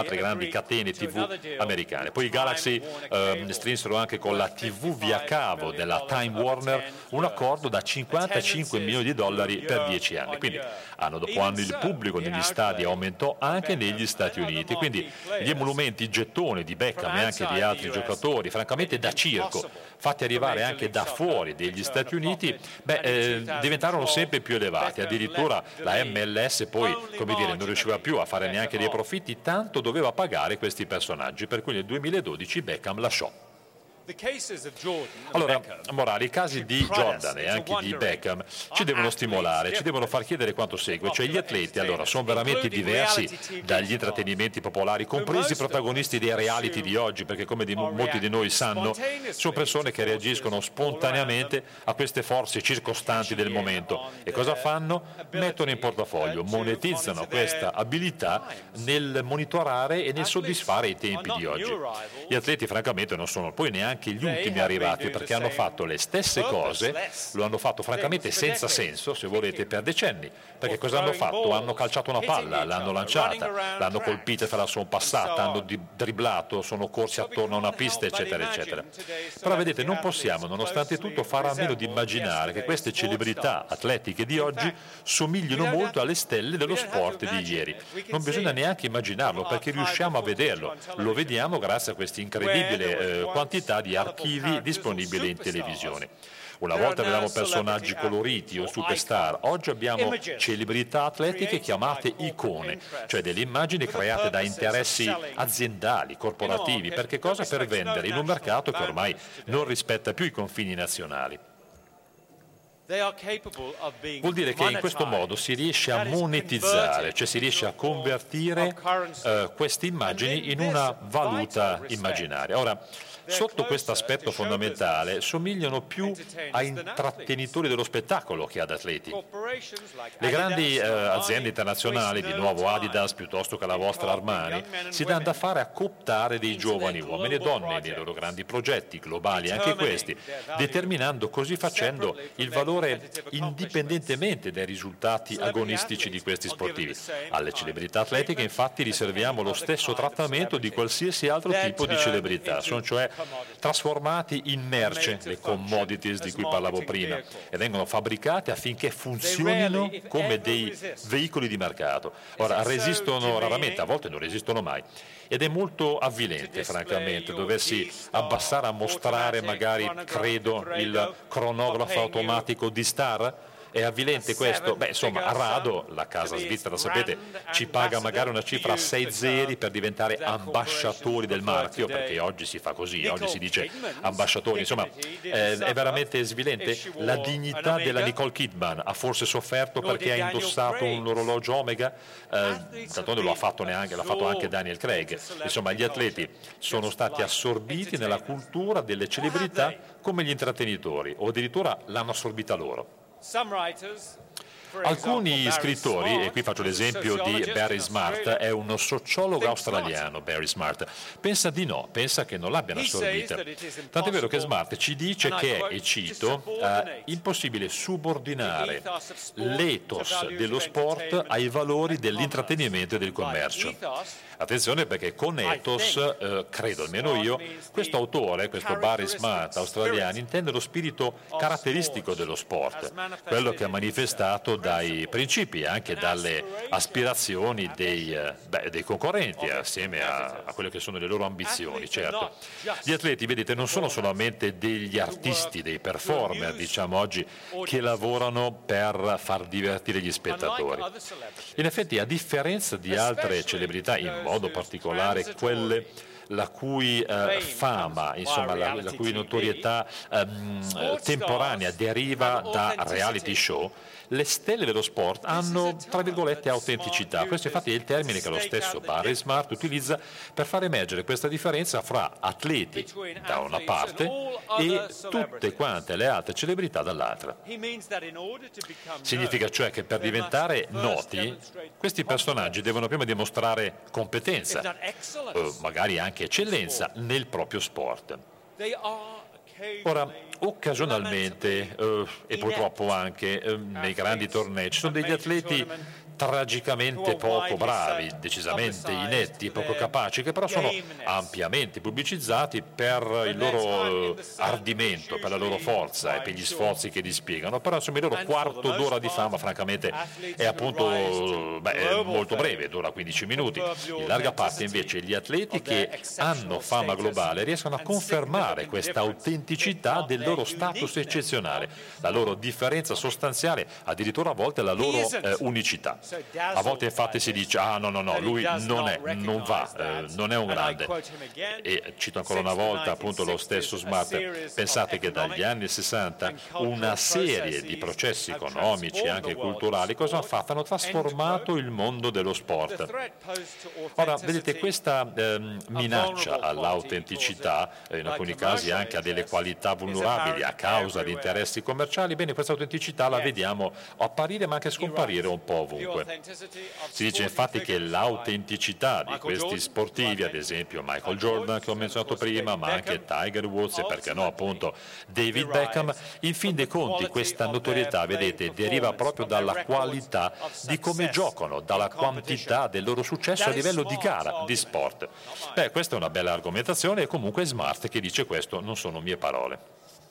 grandi catene TV americane. Poi i Galaxy strinsero anche con la TV via cavo della Time Warner un accordo da 55 milioni di dollari per 10 anni. Quindi anno dopo anno il pubblico negli stadi aumentò anche negli Stati Uniti. Quindi gli emolumenti gettoni di Beckham e anche di altri giocatori, francamente da circo, fatti arrivare anche da fuori degli Stati Uniti, diventarono sempre più elevati. Addirittura la MLS poi, come dire, non riusciva più a fare neanche dei profitti, tanto doveva pagare questi personaggi, per cui nel 2012 Beckham lasciò. Allora, Morali, i casi di Jordan e anche di Beckham ci devono stimolare, ci devono far chiedere quanto segue, cioè gli atleti allora sono veramente diversi dagli intrattenimenti popolari, compresi i protagonisti dei reality di oggi, perché come molti di noi sanno, sono persone che reagiscono spontaneamente a queste forze circostanti del momento. E cosa fanno? Mettono in portafoglio, monetizzano questa abilità nel monitorare e nel soddisfare i tempi di oggi. Gli atleti francamente non sono poi neanche gli ultimi arrivati, perché hanno fatto le stesse cose, lo hanno fatto francamente senza senso, se volete, per decenni. Perché cosa hanno fatto? Hanno calciato una palla, l'hanno lanciata, l'hanno colpita e se la sono passata, hanno dribblato, sono corsi attorno a una pista, eccetera, eccetera. Però vedete, non possiamo, nonostante tutto, fare a meno di immaginare che queste celebrità atletiche di oggi somiglino molto alle stelle dello sport di ieri. Non bisogna neanche immaginarlo, perché riusciamo a vederlo. Lo vediamo grazie a questa incredibile quantità di archivi disponibili in televisione. Una volta avevamo personaggi coloriti o superstar, oggi abbiamo celebrità atletiche chiamate icone, cioè delle immagini create da interessi aziendali, corporativi. Per che cosa? Per vendere in un mercato che ormai non rispetta più i confini nazionali. Vuol dire che in questo modo si riesce a monetizzare, cioè si riesce a convertire queste immagini in una valuta immaginaria. Ora, sotto questo aspetto fondamentale somigliano più a intrattenitori dello spettacolo che ad atleti. Le grandi aziende internazionali, di nuovo Adidas piuttosto che la vostra Armani, si danno da fare a cooptare dei giovani uomini e donne nei loro grandi progetti globali, anche questi, determinando così facendo il valore indipendentemente dai risultati agonistici di questi sportivi. Alle celebrità atletiche infatti riserviamo lo stesso trattamento di qualsiasi altro tipo di celebrità, sono cioè trasformati in merce, le commodities di cui parlavo prima, e vengono fabbricate affinché funzionino come dei veicoli di mercato. Ora, resistono raramente, a volte non resistono mai. Ed è molto avvilente, francamente, doversi abbassare a mostrare magari, credo, il cronografo automatico di Star. È avvilente questo? Beh, insomma, a rado, la casa svizzera, sapete, ci paga magari una cifra a 6 zeri per diventare ambasciatori del marchio, perché oggi si fa così, oggi si dice ambasciatori, insomma, è veramente svilente. La dignità della Nicole Kidman ha forse sofferto perché ha indossato un orologio Omega, d'altronde l'ha fatto anche Daniel Craig. Insomma, gli atleti sono stati assorbiti nella cultura delle celebrità come gli intrattenitori, o addirittura l'hanno assorbita loro. Alcuni scrittori, e qui faccio l'esempio di Barry Smart, è uno sociologo australiano, Barry Smart, pensa di no, pensa che non l'abbiano assorbita. Tant'è vero che Smart ci dice che è, e cito, impossibile subordinare l'ethos dello sport ai valori dell'intrattenimento e del commercio. Attenzione, perché con ethos, credo almeno io, questo autore, questo Barry Smart australiano, intende lo spirito caratteristico dello sport, quello che è manifestato dai principi e anche dalle aspirazioni dei concorrenti, assieme a quelle che sono le loro ambizioni, certo. Gli atleti, vedete, non sono solamente degli artisti, dei performer, diciamo oggi, che lavorano per far divertire gli spettatori. In effetti, a differenza di altre celebrità, in modo particolare quelle la cui fama, insomma, la cui notorietà temporanea deriva da reality show, le stelle dello sport hanno, tra virgolette, autenticità. Questo infatti è il termine che lo stesso Barry Smart utilizza per far emergere questa differenza fra atleti da una parte e tutte quante le altre celebrità dall'altra. Significa cioè che per diventare noti questi personaggi devono prima dimostrare competenza, magari anche eccellenza nel proprio sport. Ora, occasionalmente, e purtroppo anche nei grandi tornei, ci sono degli atleti tragicamente poco bravi, decisamente inetti e poco capaci, che però sono ampiamente pubblicizzati per il loro ardimento, per la loro forza e per gli sforzi che dispiegano. Però insomma il loro quarto d'ora di fama francamente è appunto molto breve, dura 15 minuti. In larga parte invece gli atleti che hanno fama globale riescono a confermare questa autenticità del loro status eccezionale, la loro differenza sostanziale, addirittura a volte la loro unicità. A volte infatti si dice no, lui non è un grande. E cito ancora una volta appunto lo stesso Smart. Pensate che dagli anni 60 una serie di processi economici e anche culturali cosa hanno fatto? Hanno trasformato il mondo dello sport. Ora, vedete, questa minaccia all'autenticità, in alcuni casi anche a delle qualità vulnerabili a causa di interessi commerciali, bene, questa autenticità la vediamo apparire ma anche scomparire un po' ovunque. Si dice infatti che l'autenticità di questi sportivi, ad esempio Michael Jordan che ho menzionato prima, ma anche Tiger Woods e perché no appunto David Beckham, in fin dei conti questa notorietà, vedete, deriva proprio dalla qualità di come giocano, dalla quantità del loro successo a livello di gara, di sport. Questa è una bella argomentazione e comunque è Smart che dice questo, non sono mie parole.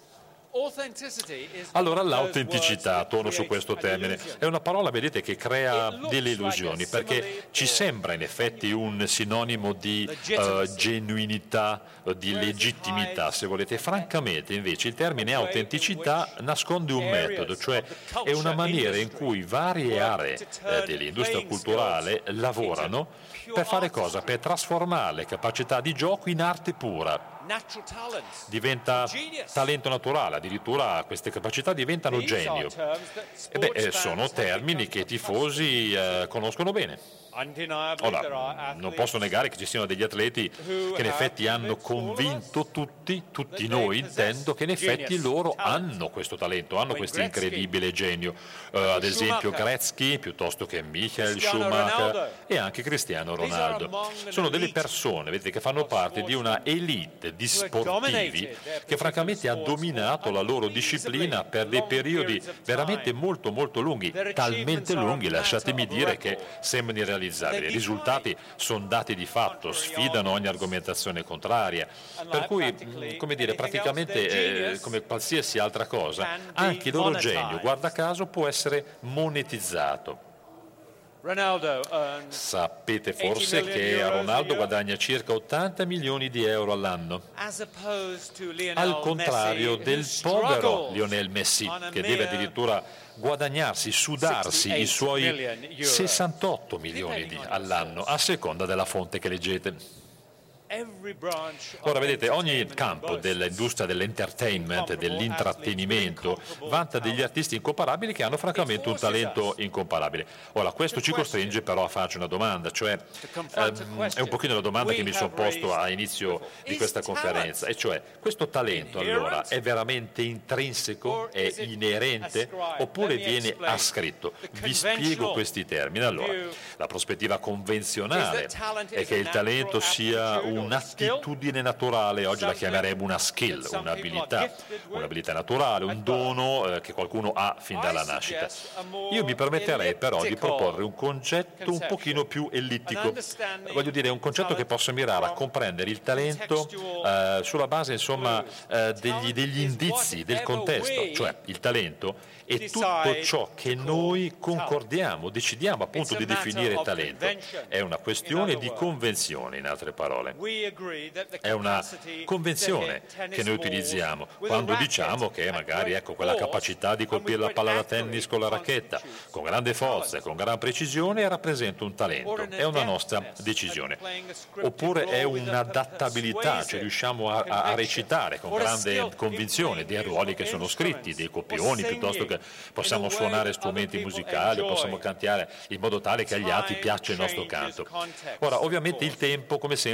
Allora l'autenticità, torno su questo termine, è una parola, vedete, che crea delle illusioni perché ci sembra in effetti un sinonimo di genuinità, di legittimità se volete. Francamente invece il termine autenticità nasconde un metodo, cioè è una maniera in cui varie aree dell'industria culturale lavorano per fare cosa? Per trasformare le capacità di gioco in arte pura. Diventa talento naturale, addirittura queste capacità diventano genio. Sono termini che i tifosi conoscono bene. Ora, non posso negare che ci siano degli atleti che in effetti hanno convinto tutti noi intendo, che in effetti loro hanno questo talento, hanno questo incredibile genio. Ad esempio Gretzky, piuttosto che Michael Schumacher e anche Cristiano Ronaldo. Sono delle persone, vedete, che fanno parte di una elite di sportivi che francamente ha dominato la loro disciplina per dei periodi veramente molto lunghi, talmente lunghi, lasciatemi dire, che sembrano irrealizzabili. I risultati sono dati di fatto, sfidano ogni argomentazione contraria, per cui, come dire, praticamente come qualsiasi altra cosa, anche il loro genio, guarda caso, può essere monetizzato. Sapete forse che Ronaldo guadagna circa 80 milioni di euro all'anno, al contrario del povero Lionel Messi, che deve addirittura guadagnarsi, sudarsi i suoi 68 milioni all'anno, a seconda della fonte che leggete. Ora vedete, ogni campo dell'industria dell'entertainment, dell'intrattenimento, vanta degli artisti incomparabili che hanno francamente un talento incomparabile. Ora, questo ci costringe però a farci una domanda, cioè è un pochino la domanda che mi sono posto a inizio di questa conferenza, e cioè, questo talento allora è veramente intrinseco, è inerente, oppure viene ascritto? Vi spiego questi termini. Allora, la prospettiva convenzionale è che il talento sia un'attitudine naturale, oggi la chiameremo una skill, un'abilità naturale, un dono che qualcuno ha fin dalla nascita. Io mi permetterei però di proporre un concetto un pochino più ellittico, voglio dire un concetto che possa mirare a comprendere il talento sulla base insomma degli indizi, del contesto, cioè il talento è tutto ciò che noi concordiamo, decidiamo appunto di definire talento. È una questione di convenzione, in altre parole. È una convenzione che noi utilizziamo quando diciamo che magari quella capacità di colpire la palla da tennis con la racchetta con grande forza e con gran precisione rappresenta un talento, è una nostra decisione. Oppure è un'adattabilità, cioè riusciamo a recitare con grande convinzione dei ruoli che sono scritti, dei copioni, piuttosto che possiamo suonare strumenti musicali o possiamo cantare in modo tale che agli altri piaccia il nostro canto. Ora, ovviamente il tempo, come sempre, muta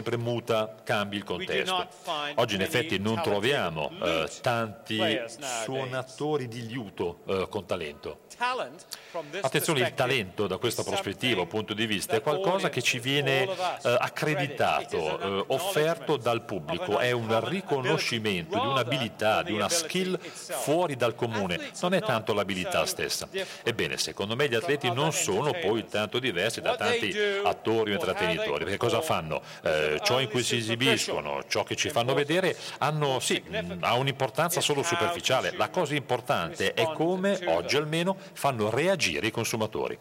caduta cambi il contesto. Oggi in effetti non troviamo tanti suonatori di liuto con talento. Attenzione, il talento da questa prospettiva o punto di vista è qualcosa che ci viene accreditato, offerto dal pubblico, è un riconoscimento di un'abilità, di una skill fuori dal comune, non è tanto l'abilità stessa. Ebbene, secondo me gli atleti non sono poi tanto diversi da tanti attori o intrattenitori, perché cosa fanno? Ciò in cui si esibiscono, ciò che ci fanno vedere ha un'importanza solo superficiale. La cosa importante è come, oggi almeno, fanno reagire i consumatori.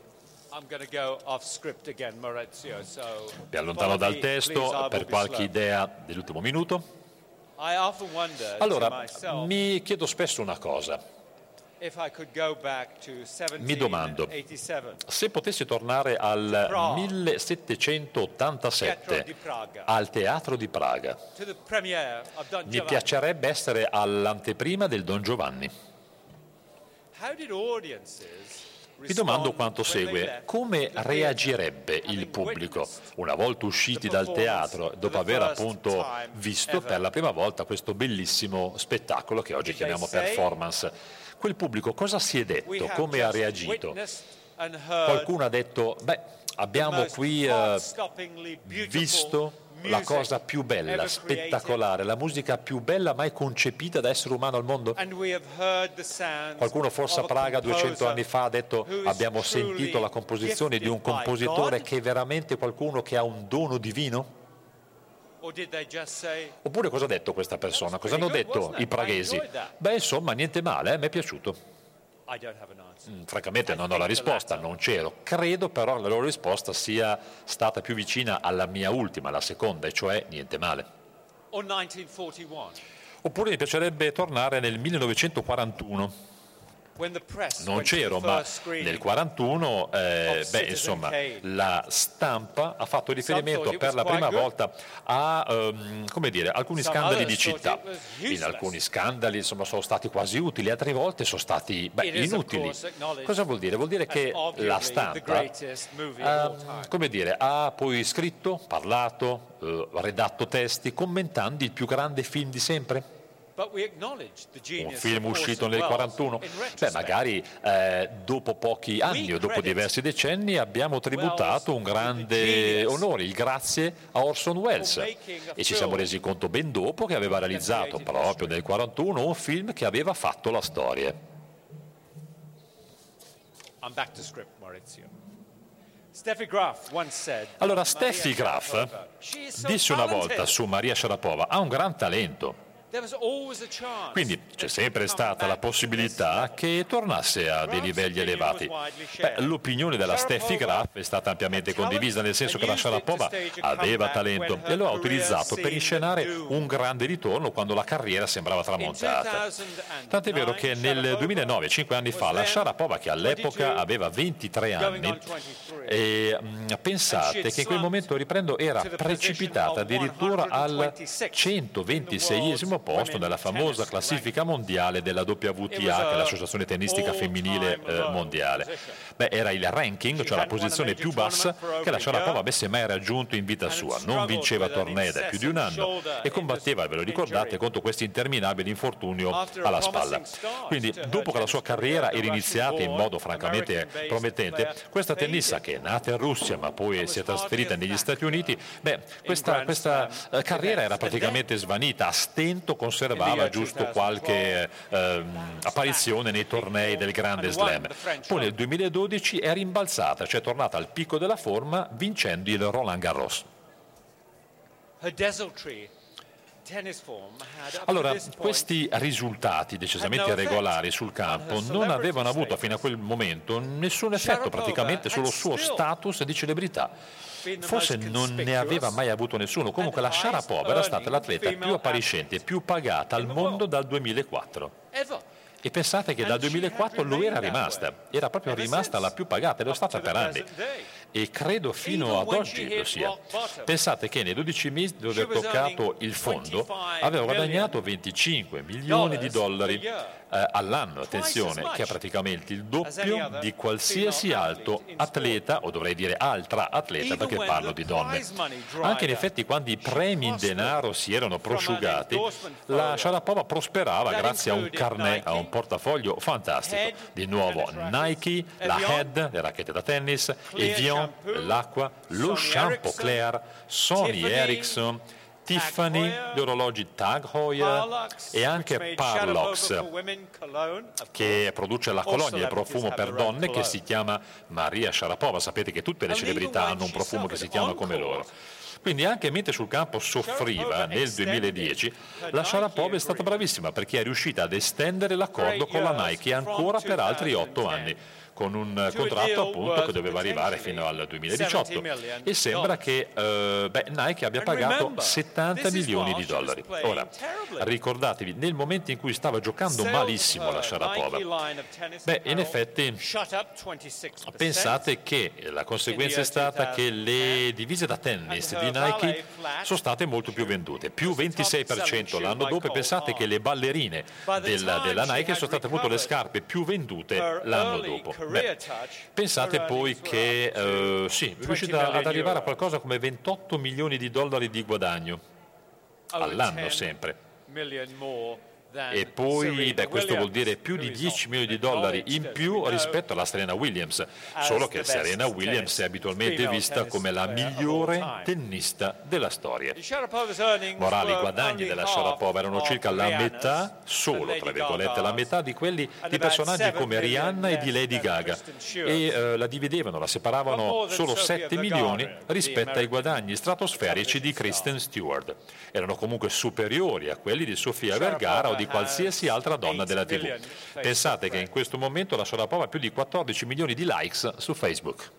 Mi allontano dal testo per qualche idea dell'ultimo minuto. Allora, mi chiedo spesso una cosa. Mi domando, se potessi tornare al 1787 al Teatro di Praga, mi piacerebbe essere all'anteprima del Don Giovanni. Mi domando quanto segue: come reagirebbe il pubblico una volta usciti dal teatro, dopo aver appunto visto per la prima volta questo bellissimo spettacolo che oggi chiamiamo performance? Quel pubblico cosa si è detto? Come ha reagito? Qualcuno ha detto, abbiamo qui visto la cosa più bella, spettacolare, la musica più bella mai concepita da essere umano al mondo? Qualcuno forse a Praga 200 anni fa ha detto, abbiamo sentito la composizione di un compositore che è veramente qualcuno che ha un dono divino? Oppure cosa ha detto questa persona? Cosa hanno detto i praghesi? Insomma, niente male, mi è piaciuto. Francamente non ho la risposta, non c'ero. Credo però che la loro risposta sia stata più vicina alla mia ultima, la seconda, e cioè niente male. Oppure mi piacerebbe tornare nel 1941. Non c'ero, ma nel 1941 la stampa ha fatto riferimento per la prima volta a alcuni scandali di città. In alcuni scandali sono stati quasi utili, altre volte sono stati inutili. Cosa vuol dire? Vuol dire che la stampa ha poi scritto, parlato, redatto testi commentando il più grande film di sempre. Un film uscito nel 1941, magari dopo pochi anni o dopo diversi decenni abbiamo tributato un grande onore, il grazie a Orson Welles, e ci siamo resi conto ben dopo che aveva realizzato proprio nel 1941 un film che aveva fatto la storia. Allora, Steffi Graf disse una volta su Maria Sharapova, ha un gran talento. Quindi c'è sempre stata la possibilità che tornasse a dei livelli elevati. L'opinione della Steffi Graf è stata ampiamente condivisa, nel senso che la Sharapova aveva talento e lo ha utilizzato per inscenare un grande ritorno quando la carriera sembrava tramontata. Tant'è vero che nel 2009, 5 anni fa, la Sharapova, che all'epoca aveva 23 anni, e pensate che in quel momento, era precipitata addirittura al 126esimo posto nella famosa classifica mondiale della WTA, che è l'associazione tennistica femminile mondiale. Era il ranking, cioè la posizione più bassa che la Sharapova avesse mai raggiunto in vita sua. Non vinceva tornei da più di un anno e combatteva, ve lo ricordate, contro questo interminabile infortunio alla spalla. Quindi, dopo che la sua carriera era iniziata in modo francamente promettente, questa tennista, che è nata in Russia ma poi si è trasferita negli Stati Uniti, questa carriera era praticamente svanita. A stento conservava giusto qualche apparizione nei tornei del Grande Slam. Poi nel 2012 è rimbalzata, cioè è tornata al picco della forma vincendo il Roland Garros. Allora, questi risultati decisamente irregolari sul campo non avevano avuto fino a quel momento nessun effetto praticamente sullo suo status di celebrità. Forse non ne aveva mai avuto nessuno. Comunque la Sharapova era stata l'atleta più appariscente e più pagata al mondo dal 2004. E pensate che dal 2004 lo era proprio rimasta la più pagata, e lo è stata per anni. E credo fino ad oggi lo sia. Pensate che nei 12 mesi dove ha toccato il fondo aveva guadagnato $25 milioni all'anno, attenzione, che è praticamente il doppio di qualsiasi altro atleta, o dovrei dire altra atleta perché parlo di donne. Anche in effetti quando i premi in denaro si erano prosciugati, la Sharapova prosperava grazie a un carnet, a un portafoglio fantastico. Di nuovo Nike, la Head, le racchette da tennis, Evian, l'acqua, lo shampoo Claire, Sony Ericsson, Tiffany, gli orologi Tag Heuer e anche Parlox, che produce la colonia, il profumo per donne che si chiama Maria Sharapova. Sapete che tutte le celebrità hanno un profumo che si chiama come loro. Quindi anche mentre sul campo soffriva nel 2010, la Sharapova è stata bravissima perché è riuscita ad estendere l'accordo con la Nike ancora per altri 8 anni. Con un contratto appunto che doveva arrivare fino al 2018 e sembra che Nike abbia pagato 70 milioni di dollari. Ora, ricordatevi, nel momento in cui stava giocando malissimo la Sharapova, in effetti pensate che la conseguenza è stata che le divise da tennis di Nike sono state molto più vendute, più 26% l'anno dopo, e pensate che le ballerine della Nike sono state appunto le scarpe più vendute l'anno dopo. Pensate poi che è riuscita ad arrivare a qualcosa come 28 milioni di dollari di guadagno all'anno sempre. E poi questo vuol dire più di 10 milioni di dollari in più rispetto alla Serena Williams, solo che Serena Williams è abitualmente vista come la migliore tennista della storia. Morali, i guadagni della Sharapova erano circa la metà, solo tra virgolette la metà di quelli di personaggi come Rihanna e di Lady Gaga, e la dividevano, la separavano solo 7 milioni rispetto ai guadagni stratosferici di Kristen Stewart. Erano comunque superiori a quelli di Sofia Vergara o di qualsiasi altra donna della TV. Pensate che in questo momento la Sharapova ha più di 14 milioni di likes su Facebook.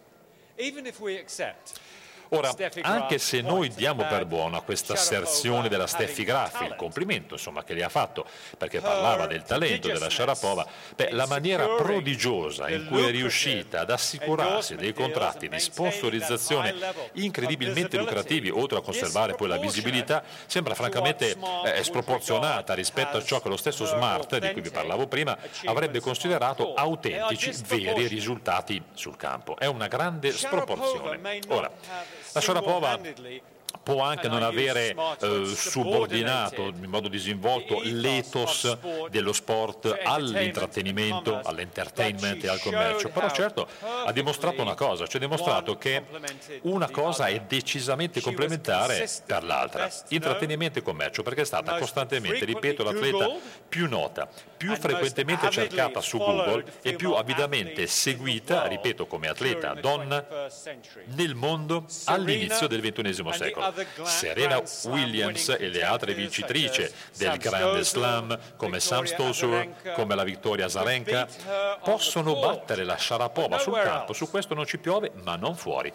Ora, anche se noi diamo per buona questa asserzione della Steffi Graf, il complimento insomma che le ha fatto perché parlava del talento della Sharapova, la maniera prodigiosa in cui è riuscita ad assicurarsi dei contratti di sponsorizzazione incredibilmente lucrativi, oltre a conservare poi la visibilità, sembra francamente sproporzionata rispetto a ciò che lo stesso Smart, di cui vi parlavo prima, avrebbe considerato autentici, veri risultati sul campo. È una grande sproporzione. Ora, la Sharapova può anche non avere subordinato in modo disinvolto l'ethos dello sport all'intrattenimento, all'entertainment e al commercio, però certo ha dimostrato una cosa, cioè ha dimostrato che una cosa è decisamente complementare per l'altra, intrattenimento e commercio, perché è stata costantemente, ripeto, l'atleta più nota, più frequentemente cercata su Google e più avidamente seguita, ripeto, come atleta donna nel mondo all'inizio del XXI secolo. Serena Williams e le altre vincitrici del Grande Slam come Sam Stosur, come la Victoria Azarenka, possono battere la Sharapova sul campo, su questo non ci piove, ma non fuori.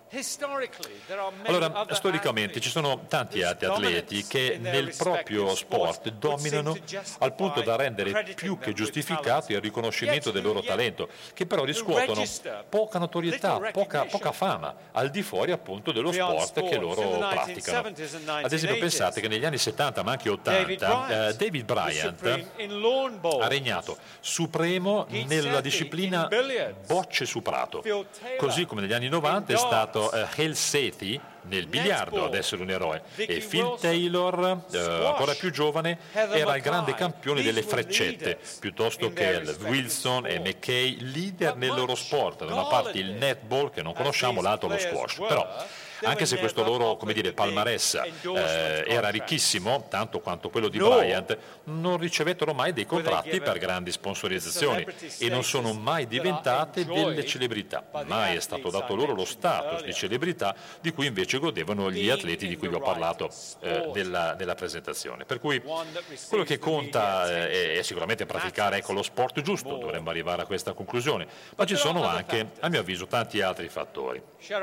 Allora, storicamente ci sono tanti altri atleti che nel proprio sport dominano al punto da rendere più che giustificato il riconoscimento del loro talento, che però riscuotono poca notorietà, poca fama, al di fuori appunto dello sport che loro praticano. Ad esempio pensate che negli anni 70 ma anche 80 David Bryant ha regnato supremo nella disciplina bocce su prato, così come negli anni 90 è stato Hale Sethi nel biliardo ad essere un eroe, e Phil Taylor, ancora più giovane, era il grande campione delle freccette, piuttosto che Wilson e McKay, leader nel loro sport, da una parte il netball che non conosciamo, l'altro lo squash. Però anche se questo loro, come dire, palmarès era ricchissimo, tanto quanto quello di Bryant, non ricevettero mai dei contratti per grandi sponsorizzazioni e non sono mai diventate delle celebrità. Mai è stato dato loro lo status di celebrità di cui invece godevano gli atleti di cui vi ho parlato nella presentazione. Per cui quello che conta è sicuramente praticare lo sport giusto, dovremmo arrivare a questa conclusione, ma ci sono anche, a mio avviso, tanti altri fattori.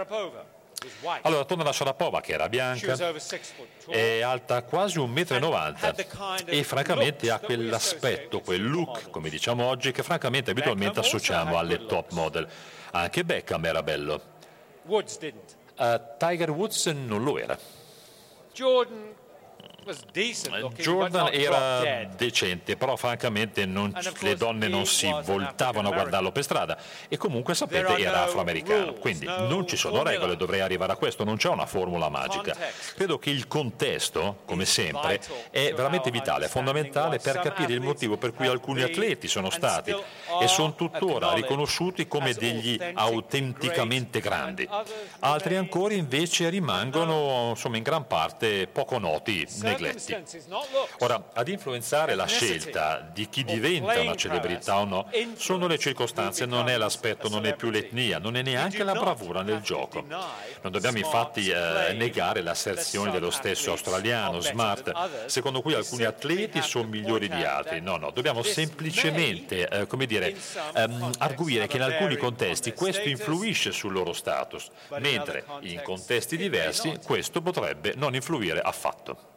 Allora, torna la Sharapova, che era bianca, è alta quasi 1,90 m e francamente ha quell'aspetto, quel look, come diciamo oggi, che francamente abitualmente associamo alle top model. Anche Beckham era bello. Tiger Woods non lo era. Jordan era decente, però francamente le donne non si voltavano a guardarlo per strada e comunque sapete era afroamericano, quindi non ci sono regole, dovrei arrivare a questo, non c'è una formula magica. Credo che il contesto, come sempre, è veramente vitale, è fondamentale per capire il motivo per cui alcuni atleti sono stati e sono tuttora riconosciuti come degli autenticamente grandi. Altri ancora invece rimangono insomma in gran parte poco noti, negletti. Ora, ad influenzare la scelta di chi diventa una celebrità o no sono le circostanze, non è l'aspetto, non è più l'etnia, non è neanche la bravura nel gioco. Non dobbiamo infatti negare l'asserzione dello stesso australiano Smart, secondo cui alcuni atleti sono migliori di altri. No, dobbiamo semplicemente arguire che in alcuni contesti questo influisce sul loro status, mentre in contesti diversi questo potrebbe non influire affatto.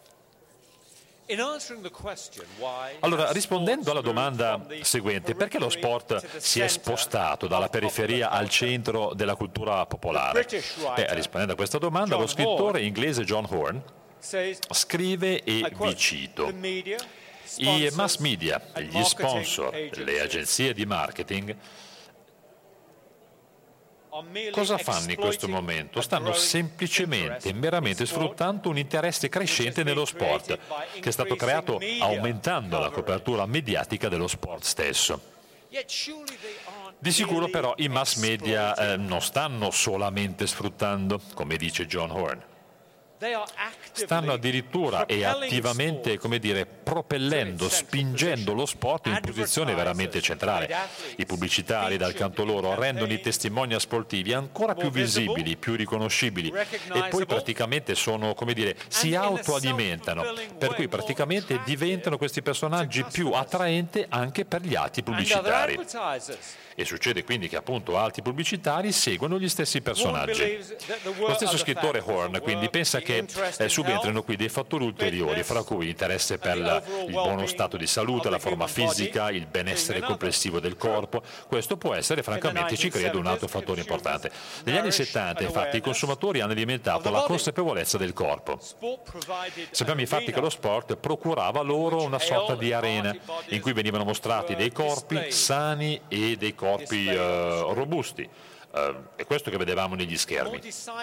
Allora, rispondendo alla domanda seguente, perché lo sport si è spostato dalla periferia al centro della cultura popolare? Rispondendo a questa domanda, lo scrittore inglese John Horn scrive, e vi cito: i mass media, gli sponsor, le agenzie di marketing cosa fanno in questo momento? Stanno semplicemente e meramente sfruttando un interesse crescente nello sport, che è stato creato aumentando la copertura mediatica dello sport stesso. Di sicuro però i mass media non stanno solamente sfruttando, come dice John Horn. Stanno addirittura e attivamente, propellendo, spingendo lo sport in posizione veramente centrale. I pubblicitari, dal canto loro, rendono i testimonial sportivi ancora più visibili, più riconoscibili e poi praticamente sono, si autoalimentano, per cui praticamente diventano questi personaggi più attraenti anche per gli altri pubblicitari. E succede quindi che appunto altri pubblicitari seguono gli stessi personaggi. Lo stesso scrittore Horn quindi pensa che subentrino qui dei fattori ulteriori, fra cui l'interesse per il buono stato di salute, la forma fisica, il benessere complessivo del corpo. Questo può essere, francamente, ci credo, un altro fattore importante. Negli anni 70, infatti, i consumatori hanno alimentato la consapevolezza del corpo. Sappiamo infatti che lo sport procurava loro una sorta di arena in cui venivano mostrati dei corpi sani e dei corpi robusti. È questo che vedevamo negli schermi.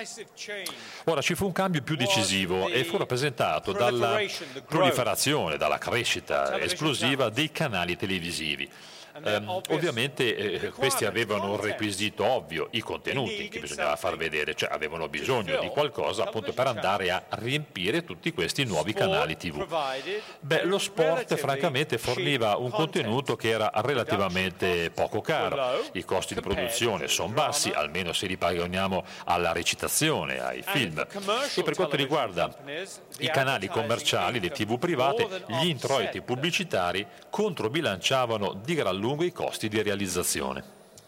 Ora ci fu un cambio più decisivo e fu rappresentato dalla proliferazione, dalla crescita esplosiva dei canali televisivi. Ovviamente questi avevano un requisito ovvio, i contenuti che bisognava far vedere, cioè avevano bisogno di qualcosa appunto per andare a riempire tutti questi nuovi canali TV. Lo sport francamente forniva un contenuto che era relativamente poco caro, i costi di produzione sono bassi, almeno se li paragoniamo alla recitazione, ai film. E per quanto riguarda i canali commerciali, le TV private, gli introiti pubblicitari controbilanciavano di gran lunga i costi di realizzazione.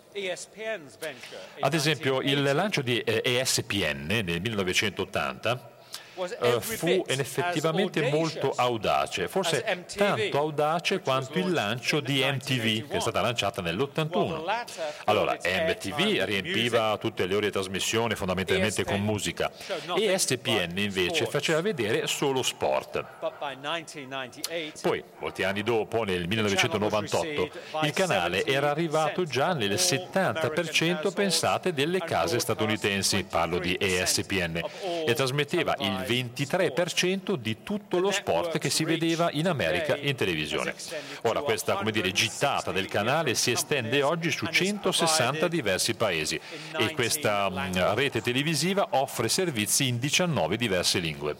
Ad esempio, il lancio di ESPN nel 1980 fu effettivamente molto audace, forse tanto audace quanto il lancio di MTV, che è stata lanciata nell'81. Allora, MTV riempiva tutte le ore di trasmissione fondamentalmente con musica, e ESPN invece faceva vedere solo sport. Poi, molti anni dopo, nel 1998, il canale era arrivato già nel 70%, pensate, delle case statunitensi, parlo di ESPN, e trasmetteva il 23% di tutto lo sport che si vedeva in America in televisione. Ora questa, gittata del canale si estende oggi su 160 diversi paesi e questa rete televisiva offre servizi in 19 diverse lingue.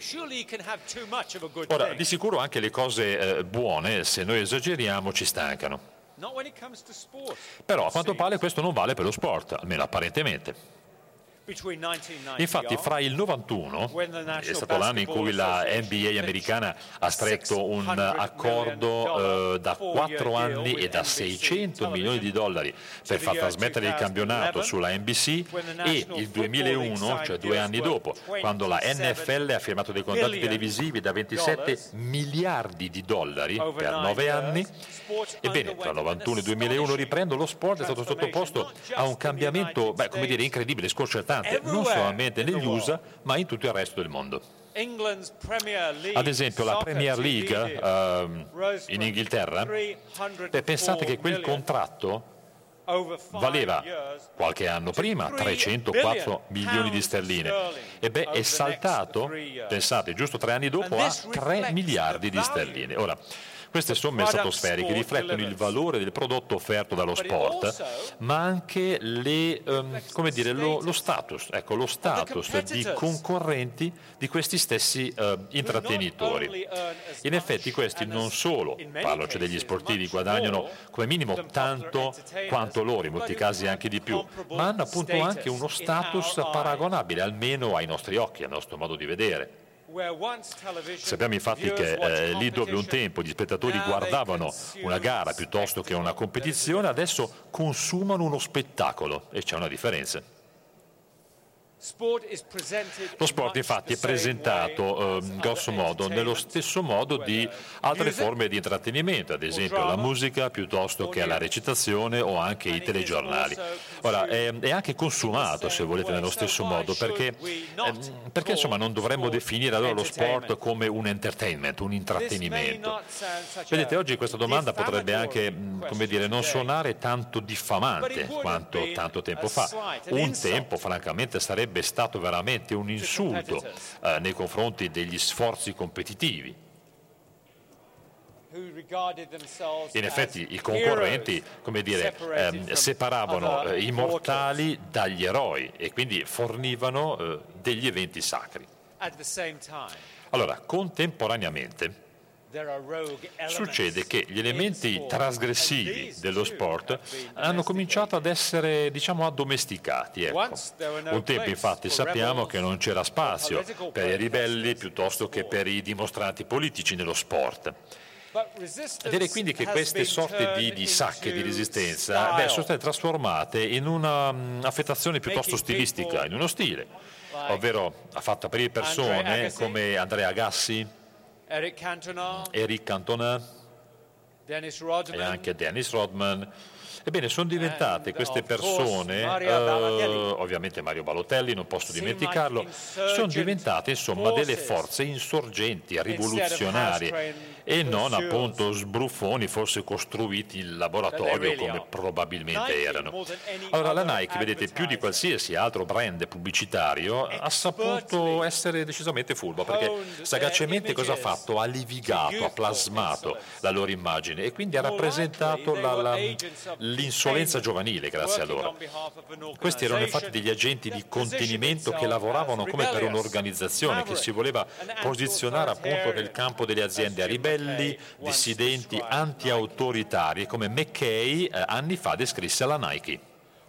Ora, di sicuro anche le cose buone, se noi esageriamo, ci stancano. Però a quanto pare questo non vale per lo sport, almeno apparentemente. Infatti fra il 91, è stato l'anno in cui la NBA americana ha stretto un accordo da 4 anni e da 600 milioni di dollari per far trasmettere il campionato sulla NBC, e il 2001, cioè 2 anni dopo, quando la NFL ha firmato dei contratti televisivi da 27 miliardi di dollari per 9 anni, ebbene tra il 91 e il 2001, riprendo, lo sport è stato sottoposto a un cambiamento incredibile, sconcertante, non solamente negli USA ma in tutto il resto del mondo. Ad esempio la Premier League in Inghilterra, pensate che quel contratto valeva qualche anno prima 304 milioni di sterline e è saltato, pensate, giusto 3 anni dopo a 3 miliardi di sterline. Ora, queste somme stratosferiche riflettono il valore del prodotto offerto dallo sport, ma anche lo status, lo status di concorrenti di questi stessi intrattenitori. In effetti questi non solo, parloci degli sportivi, guadagnano come minimo tanto quanto loro, in molti casi anche di più, ma hanno appunto anche uno status paragonabile, almeno ai nostri occhi, al nostro modo di vedere. Sappiamo infatti che lì dove un tempo gli spettatori guardavano una gara piuttosto che una competizione, adesso consumano uno spettacolo e c'è una differenza. Lo sport infatti è presentato grosso modo nello stesso modo di altre forme di intrattenimento, ad esempio la musica piuttosto che la recitazione o anche i telegiornali. Ora è anche consumato, se volete, nello stesso modo, perché insomma non dovremmo definire allora lo sport come un entertainment, un intrattenimento. Vedete, oggi questa domanda potrebbe anche, non suonare tanto diffamante quanto tanto tempo fa. Un tempo, francamente, sarebbe stato veramente un insulto nei confronti degli sforzi competitivi. In effetti i concorrenti, separavano i mortali dagli eroi e quindi fornivano degli eventi sacri. Allora, contemporaneamente succede che gli elementi trasgressivi dello sport hanno cominciato ad essere, addomesticati. Ecco. Un tempo infatti sappiamo che non c'era spazio per i ribelli piuttosto che per i dimostranti politici nello sport. Direi quindi che queste sorte di sacche di resistenza sono state trasformate in una affettazione piuttosto stilistica, in uno stile, ovvero fatta per persone come Andrea Agassi, Eric Cantona e anche Dennis Rodman. Ebbene, sono diventate queste persone, ovviamente Mario Balotelli, non posso dimenticarlo, sono diventate insomma delle forze insorgenti, rivoluzionarie e non appunto sbruffoni forse costruiti in laboratorio come probabilmente erano. Allora la Nike, vedete, più di qualsiasi altro brand pubblicitario ha saputo essere decisamente furba, perché sagacemente cosa ha fatto? Ha levigato, ha plasmato la loro immagine e quindi ha rappresentato l'insolenza giovanile grazie a loro. Questi erano infatti degli agenti di contenimento che lavoravano come per un'organizzazione che si voleva posizionare appunto nel campo delle aziende ribelli, dissidenti, anti-autoritarie, come McKay anni fa descrisse la Nike.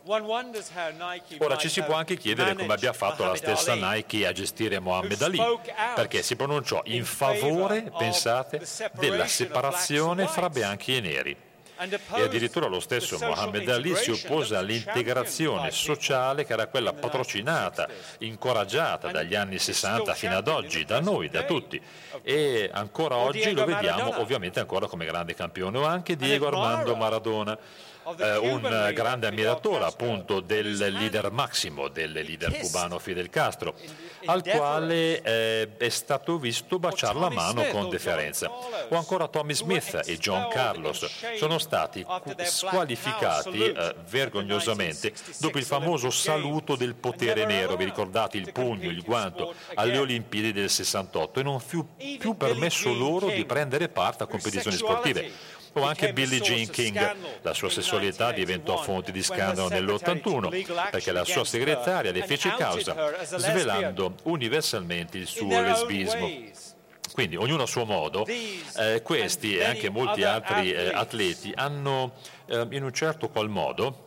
Ora ci si può anche chiedere come abbia fatto la stessa Nike a gestire Muhammad Ali, perché si pronunciò in favore, pensate, della separazione fra bianchi e neri. E addirittura lo stesso Muhammad Ali si oppose all'integrazione sociale che era quella patrocinata, incoraggiata dagli anni 60 fino ad oggi, da noi, da tutti. E ancora oggi lo vediamo ovviamente ancora come grande campione, o anche Diego Armando Maradona, un grande ammiratore appunto del leader massimo, del leader cubano Fidel Castro, al quale è stato visto baciare la mano con deferenza. O ancora Tommy Smith e John Carlos sono stati squalificati vergognosamente dopo il famoso saluto del potere nero, vi ricordate il pugno, il guanto, alle Olimpiadi del 68, e non fu più permesso loro di prendere parte a competizioni sportive. O anche Billie Jean King, la sua sessualità diventò fonte di scandalo nell'81 perché la sua segretaria le fece causa, svelando universalmente il suo lesbismo. Quindi ognuno a suo modo, questi e anche molti altri atleti hanno in un certo qual modo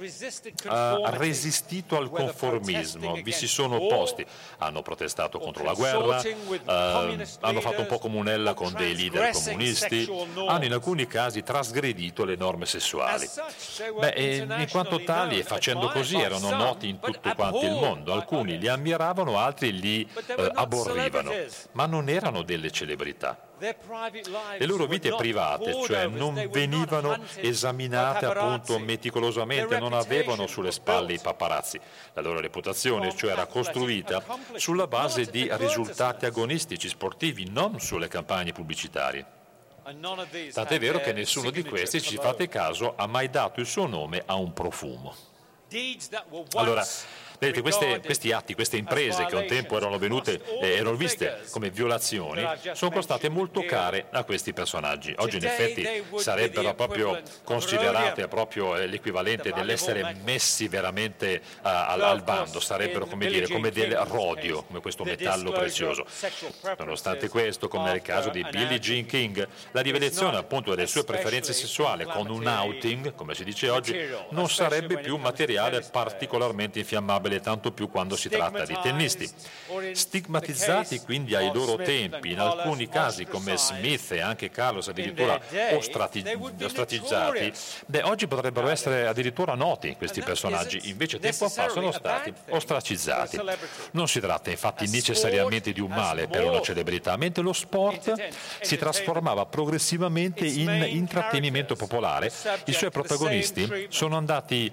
resistito al conformismo, vi si sono opposti, hanno protestato contro la guerra, hanno fatto un po' comunella con dei leader comunisti, hanno in alcuni casi trasgredito le norme sessuali. In quanto tali, e facendo così, erano noti in tutto quanto il mondo. Alcuni li ammiravano, altri li aborrivano, ma non erano delle celebrità. Le loro vite private, cioè, non venivano esaminate appunto meticolosamente, non avevano sulle spalle i paparazzi. La loro reputazione, cioè, era costruita sulla base di risultati agonistici sportivi, non sulle campagne pubblicitarie. Tant'è vero che nessuno di questi, ci fate caso, ha mai dato il suo nome a un profumo. Allora, vedete, questi atti, queste imprese che un tempo erano viste come violazioni, sono costate molto care a questi personaggi. Oggi in effetti sarebbero proprio considerate proprio l'equivalente dell'essere messi veramente al bando, sarebbero come del rodio, come questo metallo prezioso. Nonostante questo, come nel caso di Billie Jean King, la rivelazione appunto delle sue preferenze sessuali con un outing, come si dice oggi, non sarebbe più materiale particolarmente infiammabile, tanto più quando si tratta di tennisti. Stigmatizzati quindi ai loro tempi, in alcuni casi come Smith e anche Carlos addirittura ostracizzati, oggi potrebbero essere addirittura noti questi personaggi, invece tempo fa sono stati ostracizzati. Non si tratta infatti necessariamente di un male per una celebrità, mentre lo sport si trasformava progressivamente in intrattenimento popolare, i suoi protagonisti sono andati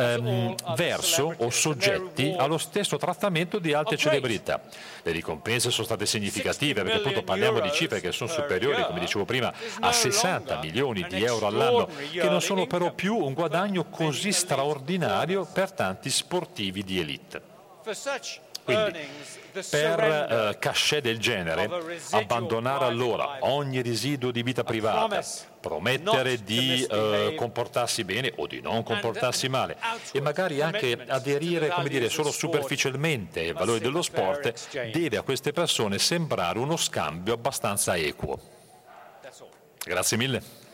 verso o soggetti allo stesso trattamento di altre celebrità. Le ricompense sono state significative, perché appunto parliamo di cifre che sono superiori, come dicevo prima, a 60 milioni di euro all'anno, che non sono però più un guadagno così straordinario per tanti sportivi di elite. Quindi, per cachet del genere, abbandonare allora ogni residuo di vita privata, promettere di comportarsi bene o di non comportarsi male e magari anche aderire, come dire, solo superficialmente ai valori dello sport, deve a queste persone sembrare uno scambio abbastanza equo. Grazie mille.